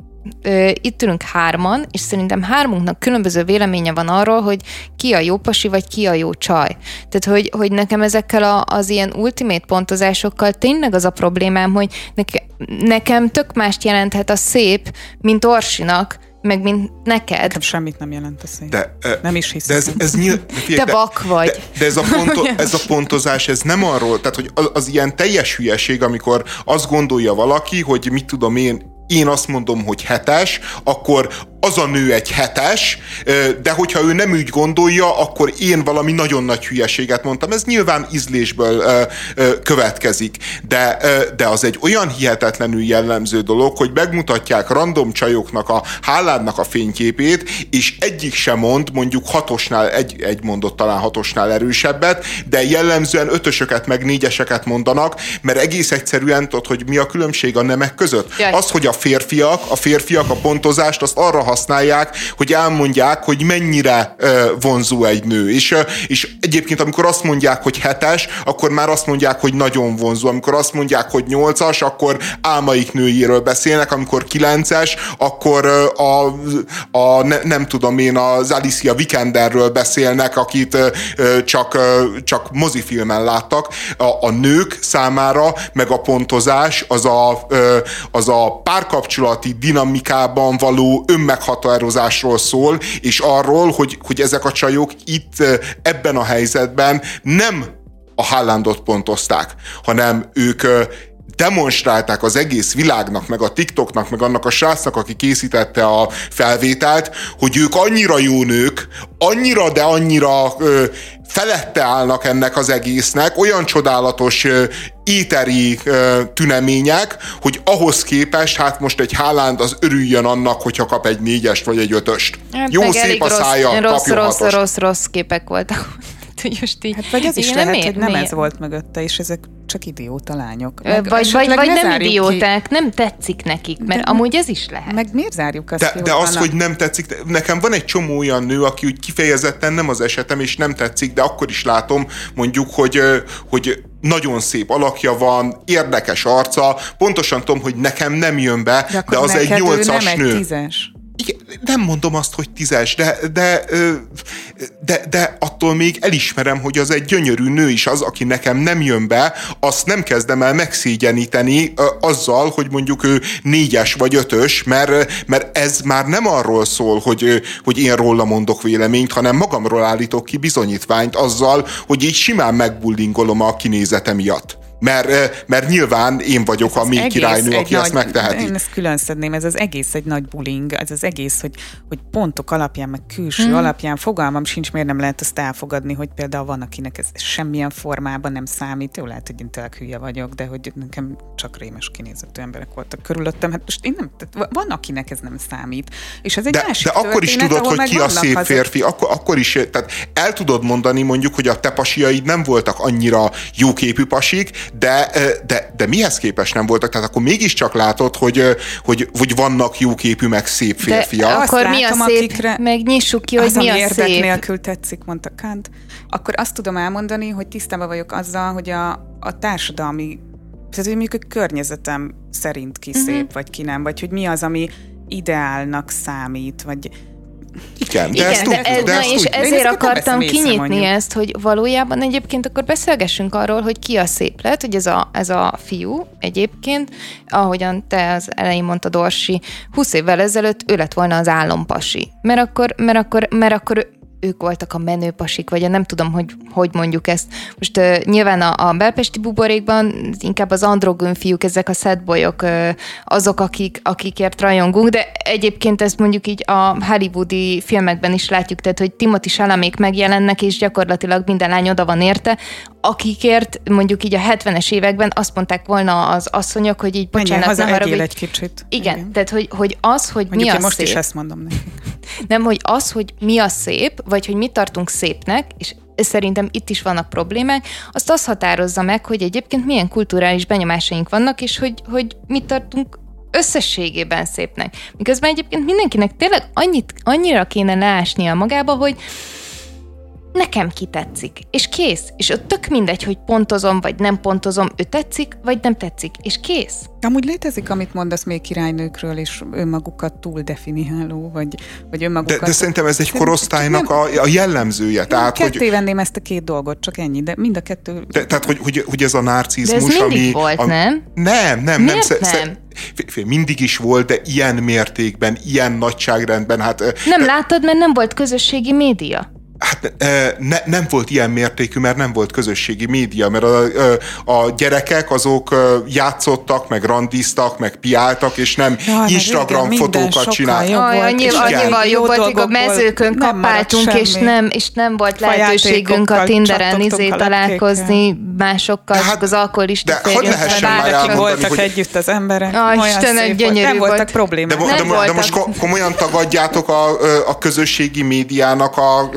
itt ülünk hárman, és szerintem hármunknak különböző véleménye van arról, hogy ki a jó pasi, vagy ki a jó csaj. Tehát, hogy nekem ezekkel az ilyen ultimate pontozásokkal tényleg az a problémám, hogy nekem tök mást jelenthet a szép, mint Orsinak, meg mint neked. Nekem semmit nem jelent a szép. Nem is hiszem. Te vak vagy. De ez a pontozás, ez nem arról, tehát hogy az ilyen teljes hülyeség, amikor azt gondolja valaki, hogy mit tudom én azt mondom, hogy 7-es, akkor az a nő egy 7-es, de hogyha ő nem úgy gondolja, akkor én valami nagyon nagy hülyeséget mondtam. Ez nyilván ízlésből következik. De az egy olyan hihetetlenül jellemző dolog, hogy megmutatják random csajoknak a Haalandnak a fényképét, és egyik sem mond, mondjuk 6-osnál, egy mondott talán 6-osnál erősebbet, de jellemzően 5-ösöket meg 4-eseket mondanak, mert egész egyszerűen tudod, hogy mi a különbség a nemek között. Jaj. Az, hogy a férfiak a pontozást azt arra használják, hogy elmondják, hogy mennyire vonzó egy nő. És egyébként, amikor azt mondják, hogy 7-es, akkor már azt mondják, hogy nagyon vonzó. Amikor azt mondják, hogy 8-as, akkor álmaik nőjéről beszélnek, amikor 9-es, akkor nem tudom én, az Alicia Vikanderről beszélnek, akit csak mozifilmen láttak. A nők számára meg a pontozás az a párkapcsolati dinamikában való önmeghatározásról szól, és arról, hogy ezek a csajok itt ebben a helyzetben nem a Haalandot pontozták, hanem ők demonstrálták az egész világnak, meg a TikToknak, meg annak a srácnak, aki készítette a felvételt, hogy ők annyira jó nők, annyira felette állnak ennek az egésznek, olyan csodálatos éteri tünemények, hogy ahhoz képest, hát most egy Haaland az örüljön annak, hogyha kap egy 4-est vagy egy 5-öst. Hát jó szép a szája, kapjon 6-ost. Rossz képek voltak. Hát vagy ez is lehet, hogy nem ez volt mögötte, és ezek csak idióta lányok. Vagy nem idióták, nem tetszik nekik, mert amúgy ez is lehet. Meg miért zárjuk azt ki? De az, hogy nem tetszik, nekem van egy csomó olyan nő, aki úgy kifejezetten nem az esetem, és nem tetszik, de akkor is látom mondjuk, hogy nagyon szép alakja van, érdekes arca, pontosan tudom, hogy nekem nem jön be, de az egy 8-as nő. Nem egy 10-es. Igen, nem mondom azt, hogy 10-es, de attól még elismerem, hogy az egy gyönyörű nő is az, aki nekem nem jön be, azt nem kezdem el megszégyeníteni azzal, hogy mondjuk ő 4-es vagy 5-ös, mert ez már nem arról szól, hogy én róla mondok véleményt, hanem magamról állítok ki bizonyítványt azzal, hogy így simán megbullingolom a kinézete miatt. Mert nyilván én vagyok a mi királynő, aki ezt megteheti. Én ezt külön szedném, ez az egész egy nagy bullying, ez az egész, hogy pontok alapján, meg külső alapján, fogalmam sincs, miért nem lehet ezt elfogadni, hogy például van, akinek ez semmilyen formában nem számít. Jó, lehet, hogy én tényleg hülye vagyok, de hogy nekem csak rémes kinézetű emberek voltak körülöttem. Hát most én nem, van, akinek ez nem számít. És ez egy másik de akkor is tudod, hogy ki a szép férfi, akkor is, tehát el tudod mondani mondjuk, hogy a te pasiaid nem voltak annyira jóképű pasik, de mihez képest nem voltak? Tehát akkor mégiscsak látod, hogy vannak jóképű, meg szép férfiak. De akkor látom, mi a szép? Megnyissuk ki, hogy mi a érdek szép. Nélkül tetszik, mondta Kant. Akkor azt tudom elmondani, hogy tisztában vagyok azzal, hogy a társadalmi, tehát hogy mondjuk a környezetem szerint ki szép, vagy ki nem, vagy hogy mi az, ami ideálnak számít, vagy... Igen, de ezt tudjuk. És ezért akartam kinyitni ezt, hogy valójában egyébként akkor beszélgessünk arról, hogy ki a szép. Lehet, hogy ez a fiú egyébként, ahogyan te az elején mondtad, Orsi, 20 évvel ezelőtt ő lett volna az álompasi. Mert akkor ők voltak a menő pasik, vagy nem tudom, hogy mondjuk ezt. Most nyilván a belpesti buborékban inkább az androgyn fiúk, ezek a sad boyok, azok, akikért rajongunk, de egyébként ezt mondjuk így a hollywoodi filmekben is látjuk, tehát, hogy Timothée Chalamet megjelennek, és gyakorlatilag minden lány oda van érte, akikért mondjuk így a 70-es években azt mondták volna az asszonyok, hogy így bocsánat, ne haragudj. Egy kicsit. Igen, tehát, hogy az, hogy mondjuk mi a most szép. Is ezt mondom neki. Nem, hogy az, hogy mi a szép, vagy hogy mit tartunk szépnek, és szerintem itt is vannak problémák, azt határozza meg, hogy egyébként milyen kulturális benyomásaink vannak, és hogy mit tartunk összességében szépnek. Miközben egyébként mindenkinek tényleg annyira kéne leásnia magába, hogy nekem ki tetszik, és kész. És ott tök mindegy, hogy pontozom, vagy nem pontozom, ő tetszik, vagy nem tetszik, és kész. Amúgy létezik, amit mondasz még királynőkről, és önmagukat túl definiáló, vagy önmagukat... De szerintem ez egy korosztálynak a jellemzője. Tehát, ketté venném ezt a két dolgot, csak ennyi, de mind a kettő... Tehát, hogy ez a narcizmus, de ez mindig volt, nem? Nem. Miért nem? Mindig is volt, de ilyen mértékben, ilyen nagyságrendben, hát... Nem láttad, mert nem volt közösségi média. Hát nem volt ilyen mértékű, mert nem volt közösségi média, mert a gyerekek azok játszottak, meg randiztak, meg piáltak, és nem Instagram fotókat csináltak. Annyival jobb volt, hogy a mezőkön kapáltunk, és nem volt lehetőségünk a Tinderen találkozni másokkal, csak az alkoholista férjünk. Voltak együtt az emberek. Istenem, gyönyörű nem volt. voltak problémák. De most komolyan tagadjátok a közösségi médiának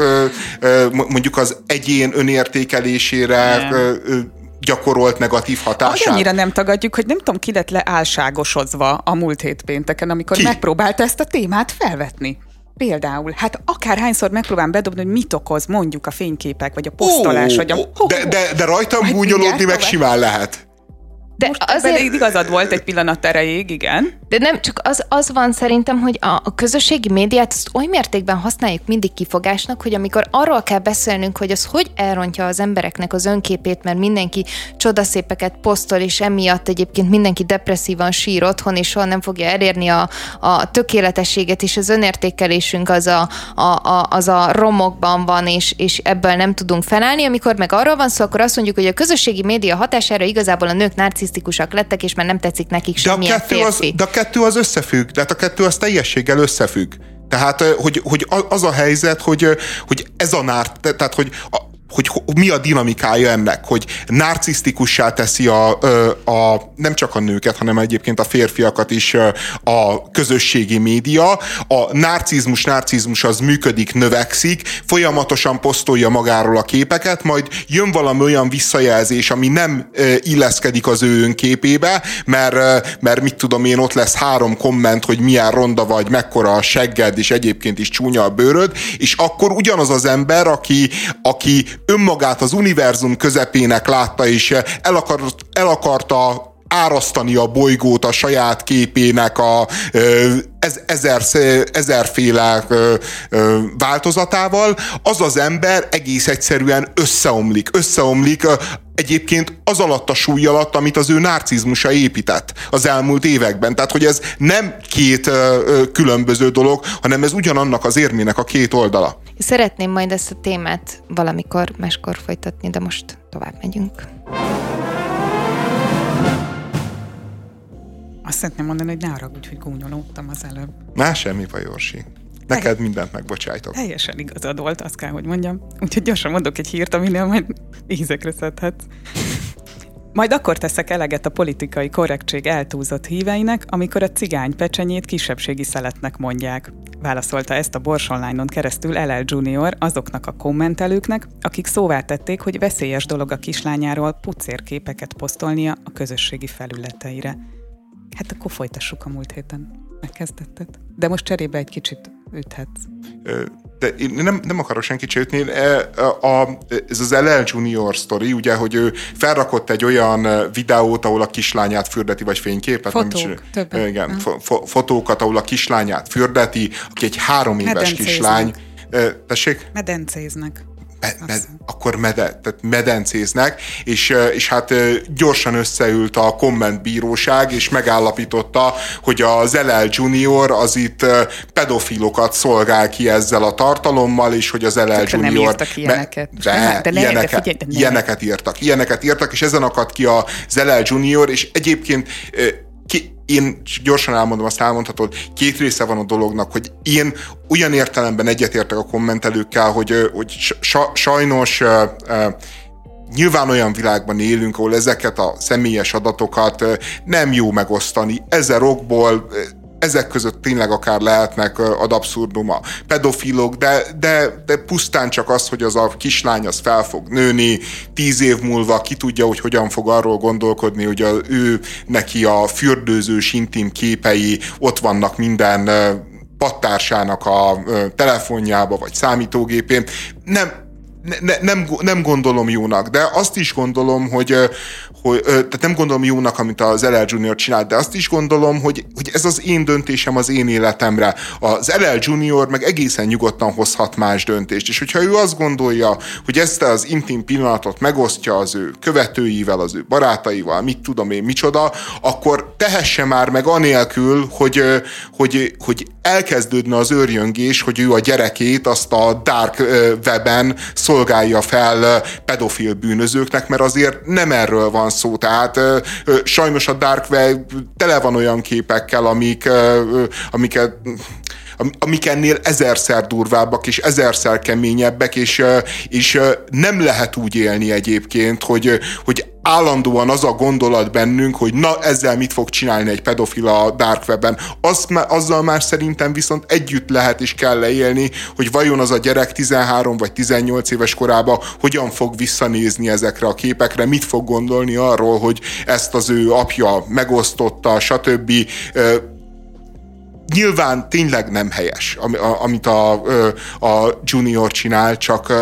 mondjuk az egyén önértékelésére gyakorolt negatív hatását. Annyira nem tagadjuk, hogy nem tudom, ki lett leálságosozva a múlt hét pénteken, amikor megpróbálta ezt a témát felvetni. Például, hát akárhányszor megpróbálom bedobni, hogy mit okoz mondjuk a fényképek, vagy a posztolás, vagy a... De rajtam gúnyolódni meg simán lehet. De most azért igazad volt egy pillanat erejéig, igen. De nem, csak az van szerintem, hogy a közösségi médiát azt oly mértékben használjuk mindig kifogásnak, hogy amikor arról kell beszélnünk, hogy az hogy elrontja az embereknek az önképét, mert mindenki csodaszépeket posztol, és emiatt egyébként mindenki depresszívan sír otthon, és soha nem fogja elérni a tökéletességet, és az önértékelésünk az a romokban van, és ebből nem tudunk felállni. Amikor meg arról van szó, akkor azt mondjuk, hogy a közösségi média hatására igazából a nők narcisztikusak lettek, és már nem tetszik nekik semmilyen férfi. De a kettő az összefügg, tehát a kettő az teljességgel összefügg. Tehát, hogy az a helyzet, hogy ez tehát, hogy mi a dinamikája ennek, hogy narcisztikussá teszi nem csak a nőket, hanem egyébként a férfiakat is a közösségi média. A narcizmus az működik, növekszik, folyamatosan posztolja magáról a képeket, majd jön valami olyan visszajelzés, ami nem illeszkedik az ő önképébe, mert mit tudom én, ott lesz 3 komment, hogy milyen ronda vagy, mekkora a segged, és egyébként is csúnya a bőröd, és akkor ugyanaz az ember, aki önmagát az univerzum közepének látta, és el akarta árasztani a bolygót a saját képének a ezerféle változatával, az az ember egész egyszerűen összeomlik egyébként az alatt a súly alatt, amit az ő narcizmusa épített az elmúlt években. Tehát, hogy ez nem 2 különböző dolog, hanem ez ugyanannak az érmének a 2 oldala. Szeretném majd ezt a témát valamikor máskor folytatni, de most tovább megyünk. Azt szeretném mondani, hogy ne haragudj, hogy gúnyolódtam az előbb. Semmi baj, Orsi. Neked mindent megbocsájtok. Teljesen igazad volt, azt kell, hogy mondjam. Úgyhogy gyorsan mondok egy hírt, aminél majd ízekre szedhetsz. Majd akkor teszek eleget a politikai korrektség eltúlzott híveinek, amikor a cigány pecsenyét kisebbségi szeletnek mondják. Válaszolta ezt a Bors Online-on keresztül LL Junior azoknak a kommentelőknek, akik szóvá tették, hogy veszélyes dolog a kislányáról pucérképeket posztolnia a közösségi felületeire. Hát akkor folytassuk a múlt héten. Megkezdetted. De most cserébe egy kicsit üthetsz. De én nem akarok senkit se ütni. Ez az LL Junior sztori, ugye, hogy ő felrakott egy olyan videót, ahol a kislányát fürdeti, vagy fényképet. Fotók, többet. Igen, fotókat, ahol a kislányát fürdeti, aki egy 3 éves kislány. Tessék? Medencéznek. Akkor medencéznek, és hát gyorsan összeült a kommentbíróság, és megállapította, hogy az LL Junior az itt pedofilokat szolgál ki ezzel a tartalommal, és hogy az LL Junior... Nem írtak ilyeneket. Ilyeneket írtak, és ezen akadt ki az LL Junior, és egyébként én gyorsan elmondom, azt elmondhatod, 2 része van a dolognak, hogy én olyan értelemben egyetértek a kommentelőkkel, hogy sajnos nyilván olyan világban élünk, ahol ezeket a személyes adatokat nem jó megosztani. 1000 okból, ezek között tényleg akár lehetnek ad abszurdum a pedofilok, de pusztán csak az, hogy az a kislány az fel fog nőni, 10 év múlva ki tudja, hogy hogyan fog arról gondolkodni, hogy neki a fürdőzős intim képei ott vannak minden pattársának a telefonjába vagy számítógépén. Nem gondolom jónak, de azt is gondolom, tehát nem gondolom jónak, amit az LL Junior csinált, de azt is gondolom, hogy ez az én döntésem az én életemre. Az LL Junior meg egészen nyugodtan hozhat más döntést, és hogyha ő azt gondolja, hogy ezt az intim pillanatot megosztja az ő követőivel, az ő barátaival, mit tudom én, micsoda, akkor tehesse már meg anélkül, hogy elkezdődne az őrjöngés, hogy ő a gyerekét azt a dark weben szolgálja fel pedofil bűnözőknek, mert azért nem erről van szó. Tehát sajnos a dark web tele van olyan képekkel, amik ennél ezerszer durvábbak, és ezerszer keményebbek, és nem lehet úgy élni egyébként, hogy állandóan az a gondolat bennünk, hogy na, ezzel mit fog csinálni egy pedofil a dark webben. Azzal már szerintem viszont együtt lehet és kell leélni, hogy vajon az a gyerek 13 vagy 18 éves korában hogyan fog visszanézni ezekre a képekre, mit fog gondolni arról, hogy ezt az ő apja megosztotta, stb. Nyilván tényleg nem helyes, amit a Junior csinál,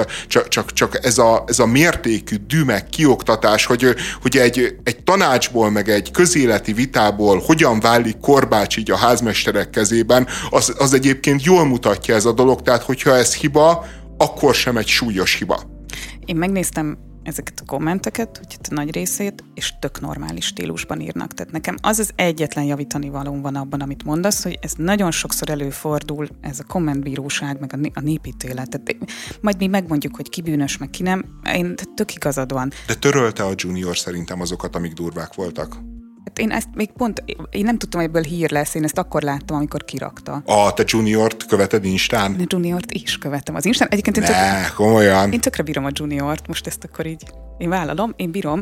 csak ez a mértékű dű, kioktatás, hogy egy tanácsból, meg egy közéleti vitából hogyan válik korbács így a házmesterek kezében, az egyébként jól mutatja ez a dolog, tehát hogyha ez hiba, akkor sem egy súlyos hiba. Én megnéztem ezeket a kommenteket, úgyhogy a nagy részét, és tök normális stílusban írnak. Tehát nekem az egyetlen javítani valóm van abban, amit mondasz, hogy ez nagyon sokszor előfordul, ez a kommentbíróság, meg a népítélet. Tehát majd mi megmondjuk, hogy ki bűnös, meg ki nem. Tök igazad van. De törölte a Junior szerintem azokat, amik durvák voltak? Hát én ezt még én nem tudtam, hogy ebből hír lesz, én ezt akkor láttam, amikor kirakta. Te Juniort követed Instán? De Juniort is követem az Instán. Egyébként komolyan. Én tökre bírom a Juniort, most ezt akkor így, én vállalom, én bírom,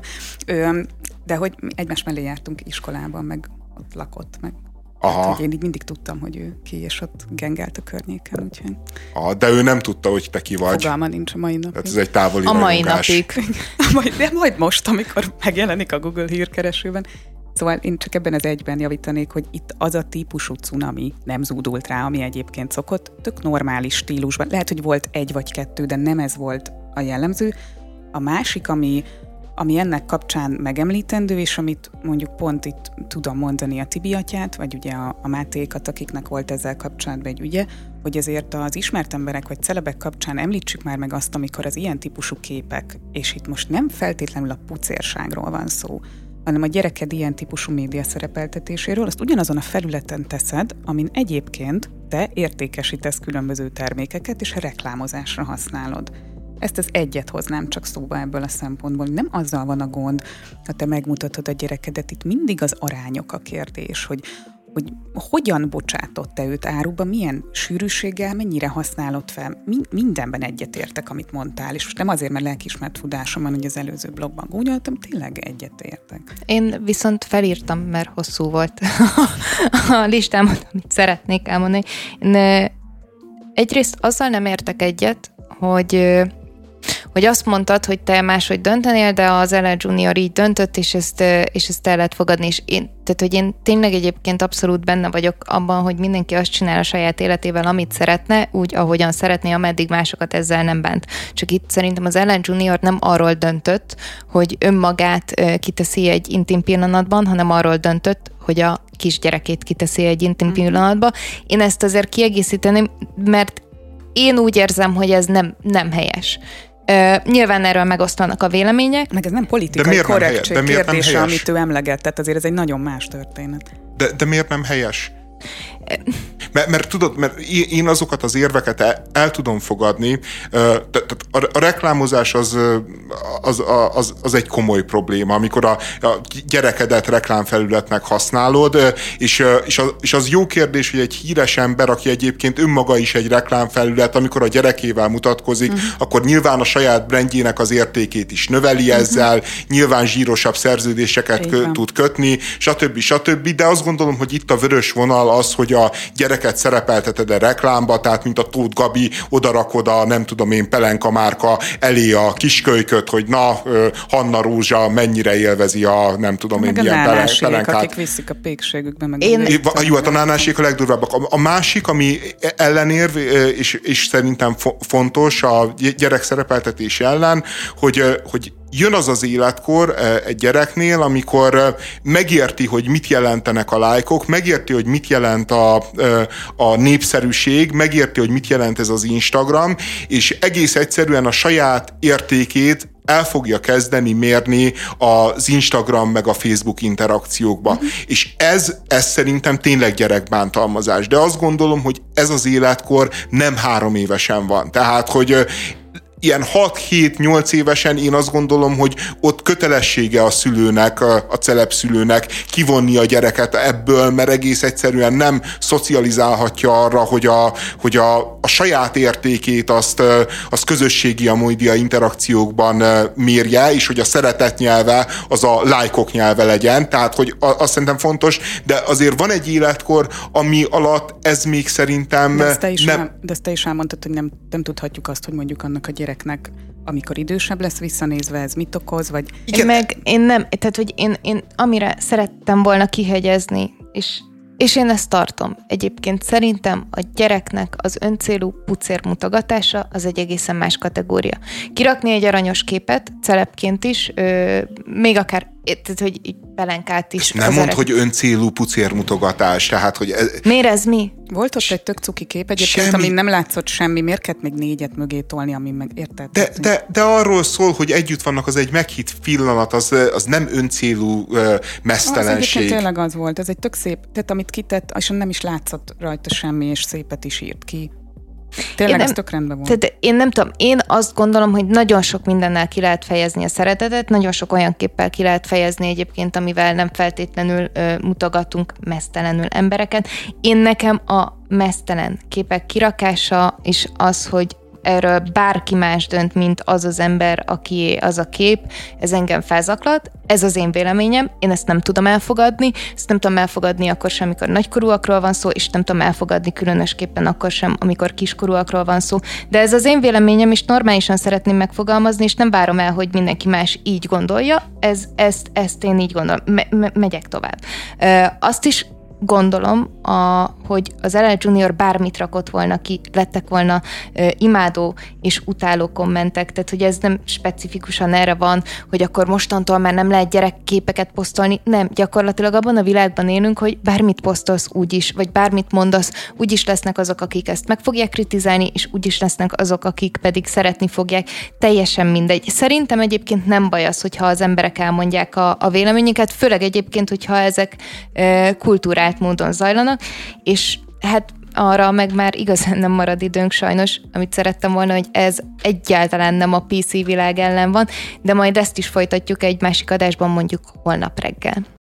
de hogy egymás mellé jártunk iskolában, meg ott lakott, meg hát, én így mindig tudtam, hogy ő ki, és ott gengelt a környéken, úgyhogy... De ő nem tudta, hogy te ki vagy. Fogalma nincs a mai napig. Tehát ez egy távoli a mai rajongás. napig. De majd most, amikor megjelenik a Google hírkeresőben. Szóval én csak ebben az egyben javítanék, hogy itt az a típusú cunami nem zúdult rá, ami egyébként szokott, tök normális stílusban. Lehet, hogy volt egy vagy kettő, de nem ez volt a jellemző. A másik, ami ennek kapcsán megemlítendő, és amit mondjuk pont itt tudom mondani a Tibi atyát, vagy ugye a Mátékat, akiknek volt ezzel kapcsolatban egy ügye, hogy ezért az ismert emberek vagy celebek kapcsán említsük már meg azt, amikor az ilyen típusú képek, és itt most nem feltétlenül a pucérságról van szó, hanem a gyereked ilyen típusú média szerepeltetéséről, azt ugyanazon a felületen teszed, amin egyébként te értékesítesz különböző termékeket, és a reklámozásra használod. Ezt az egyet hoznám csak szóba ebből a szempontból. Nem azzal van a gond, ha te megmutatod a gyerekedet, itt mindig az arányok a kérdés, hogy hogyan bocsátott te őt áruba, milyen sűrűséggel, mennyire használod fel. Mindenben egyetértek, amit mondtál, és most nem azért, mert lelkiismert tudásom van, hogy az előző blogban gúnyoltam, tényleg egyetértek. Én viszont felírtam, mert hosszú volt a listámat, amit szeretnék elmondani. Én egyrészt azzal nem értek egyet, hogy azt mondtad, hogy te máshogy döntenél, de az Ellen Junior így döntött, és ezt el lehet fogadni. És én tényleg egyébként abszolút benne vagyok abban, hogy mindenki azt csinál a saját életével, amit szeretne, úgy, ahogyan szeretné, ameddig másokat ezzel nem bánt. Csak itt szerintem az Ellen Junior nem arról döntött, hogy önmagát kiteszi egy intim pillanatban, hanem arról döntött, hogy a kisgyerekét kiteszi egy intim pillanatban. Én ezt azért kiegészíteném, mert én úgy érzem, hogy ez nem helyes. Nyilván erről megosztanak a vélemények. Meg ez nem politikai korrektség kérdése, amit ő emleget, tehát azért ez egy nagyon más történet. De miért nem helyes? Mert tudod, mert én azokat az érveket el tudom fogadni. A reklámozás az egy komoly probléma, amikor a gyerekedet reklámfelületnek használod, és az jó kérdés, hogy egy híres ember, aki egyébként önmaga is egy reklámfelület, amikor a gyerekével mutatkozik, akkor nyilván a saját brandjének az értékét is növeli ezzel, nyilván zsírosabb szerződéseket tud kötni, stb. De azt gondolom, hogy itt a vörös vonal az, hogy a gyereket szerepelteted a reklámba, tehát mint a Tóth Gabi, odarakod a nem tudom én Pelenka márka elé a kiskölyköt, hogy na, Hanna Rózsa mennyire élvezi a nem tudom én milyen Pelenkát. Akik viszik a pékségükbe. Meg jó, hát a nánásék a legdurvábbak. A másik, ami ellenérv, és szerintem fontos a gyerek szerepeltetés ellen, hogy jön az az életkor egy gyereknél, amikor megérti, hogy mit jelentenek a lájkok, megérti, hogy mit jelent a népszerűség, megérti, hogy mit jelent ez az Instagram, és egész egyszerűen a saját értékét el fogja kezdeni mérni az Instagram meg a Facebook interakciókba. És ez szerintem tényleg gyerekbántalmazás. De azt gondolom, hogy ez az életkor nem 3 évesen van. Tehát, hogy ilyen 6-7-8 évesen én azt gondolom, hogy ott kötelessége a szülőnek, a celebszülőnek kivonni a gyereket ebből, mert egész egyszerűen nem szocializálhatja arra, hogy a saját értékét azt közösségi a média interakciókban mérje, és hogy a szeretet nyelve az a lájkok nyelve legyen. Tehát, hogy azt szerintem fontos, de azért van egy életkor, ami alatt ez még szerintem De ezt te is elmondtad, hogy nem tudhatjuk azt, hogy mondjuk annak a gyereknek, amikor idősebb lesz visszanézve, ez mit okoz, vagy... Én nem, tehát, hogy én amire szerettem volna kihegyezni, és én ezt tartom. Egyébként szerintem a gyereknek az öncélú pucérmutogatása az egy egészen más kategória. Kirakni egy aranyos képet, celebként is, még akár, tehát, hogy így pelenkát is. Nem mondd, hogy öncélú pucérmutogatás, tehát, hogy... Miért ez mi? Volt ott egy tök cuki kép egyébként, amin nem látszott semmi, miért kellett még 4-et mögé tolni, amin meg érted? De arról szól, hogy együtt vannak, az egy meghitt pillanat, az nem öncélú mesztelenség. Az tényleg az volt, ez egy tök szép, tehát amit kitett, és nem is látszott rajta semmi, és szépet is írt ki. Tényleg ez tök rendben volt. Tehát én nem tudom, én azt gondolom, hogy nagyon sok mindennel ki lehet fejezni a szeretetet, nagyon sok olyan képpel ki lehet fejezni egyébként, amivel nem feltétlenül mutogatunk meztelenül embereket. Nekem a meztelen képek kirakása és az, hogy erről bárki más dönt, mint az az ember, aki az a kép, ez engem felzaklat, ez az én véleményem, én ezt nem tudom elfogadni, ezt nem tudom elfogadni akkor sem, amikor nagykorúakról van szó, és nem tudom elfogadni különösképpen akkor sem, amikor kiskorúakról van szó, de ez az én véleményem, és normálisan szeretném megfogalmazni, és nem várom el, hogy mindenki más így gondolja, ezt én így gondolom, megyek tovább. Azt is gondolom, hogy az LL Junior bármit rakott volna ki, lettek volna imádó és utáló kommentek, tehát hogy ez nem specifikusan erre van, hogy akkor mostantól már nem lehet gyerekképeket posztolni, nem, gyakorlatilag abban a világban élünk, hogy bármit posztolsz úgyis, vagy bármit mondasz, úgyis lesznek azok, akik ezt meg fogják kritizálni, és úgyis lesznek azok, akik pedig szeretni fogják, teljesen mindegy. Szerintem egyébként nem baj az, hogyha az emberek elmondják a véleményüket, főleg egyébként, hogyha ezek kultúrált módon zajlanak, és hát arra meg már igazán nem marad időnk sajnos, amit szerettem volna, hogy ez egyáltalán nem a PC világ ellen van, de majd ezt is folytatjuk egy másik adásban, mondjuk holnap reggel.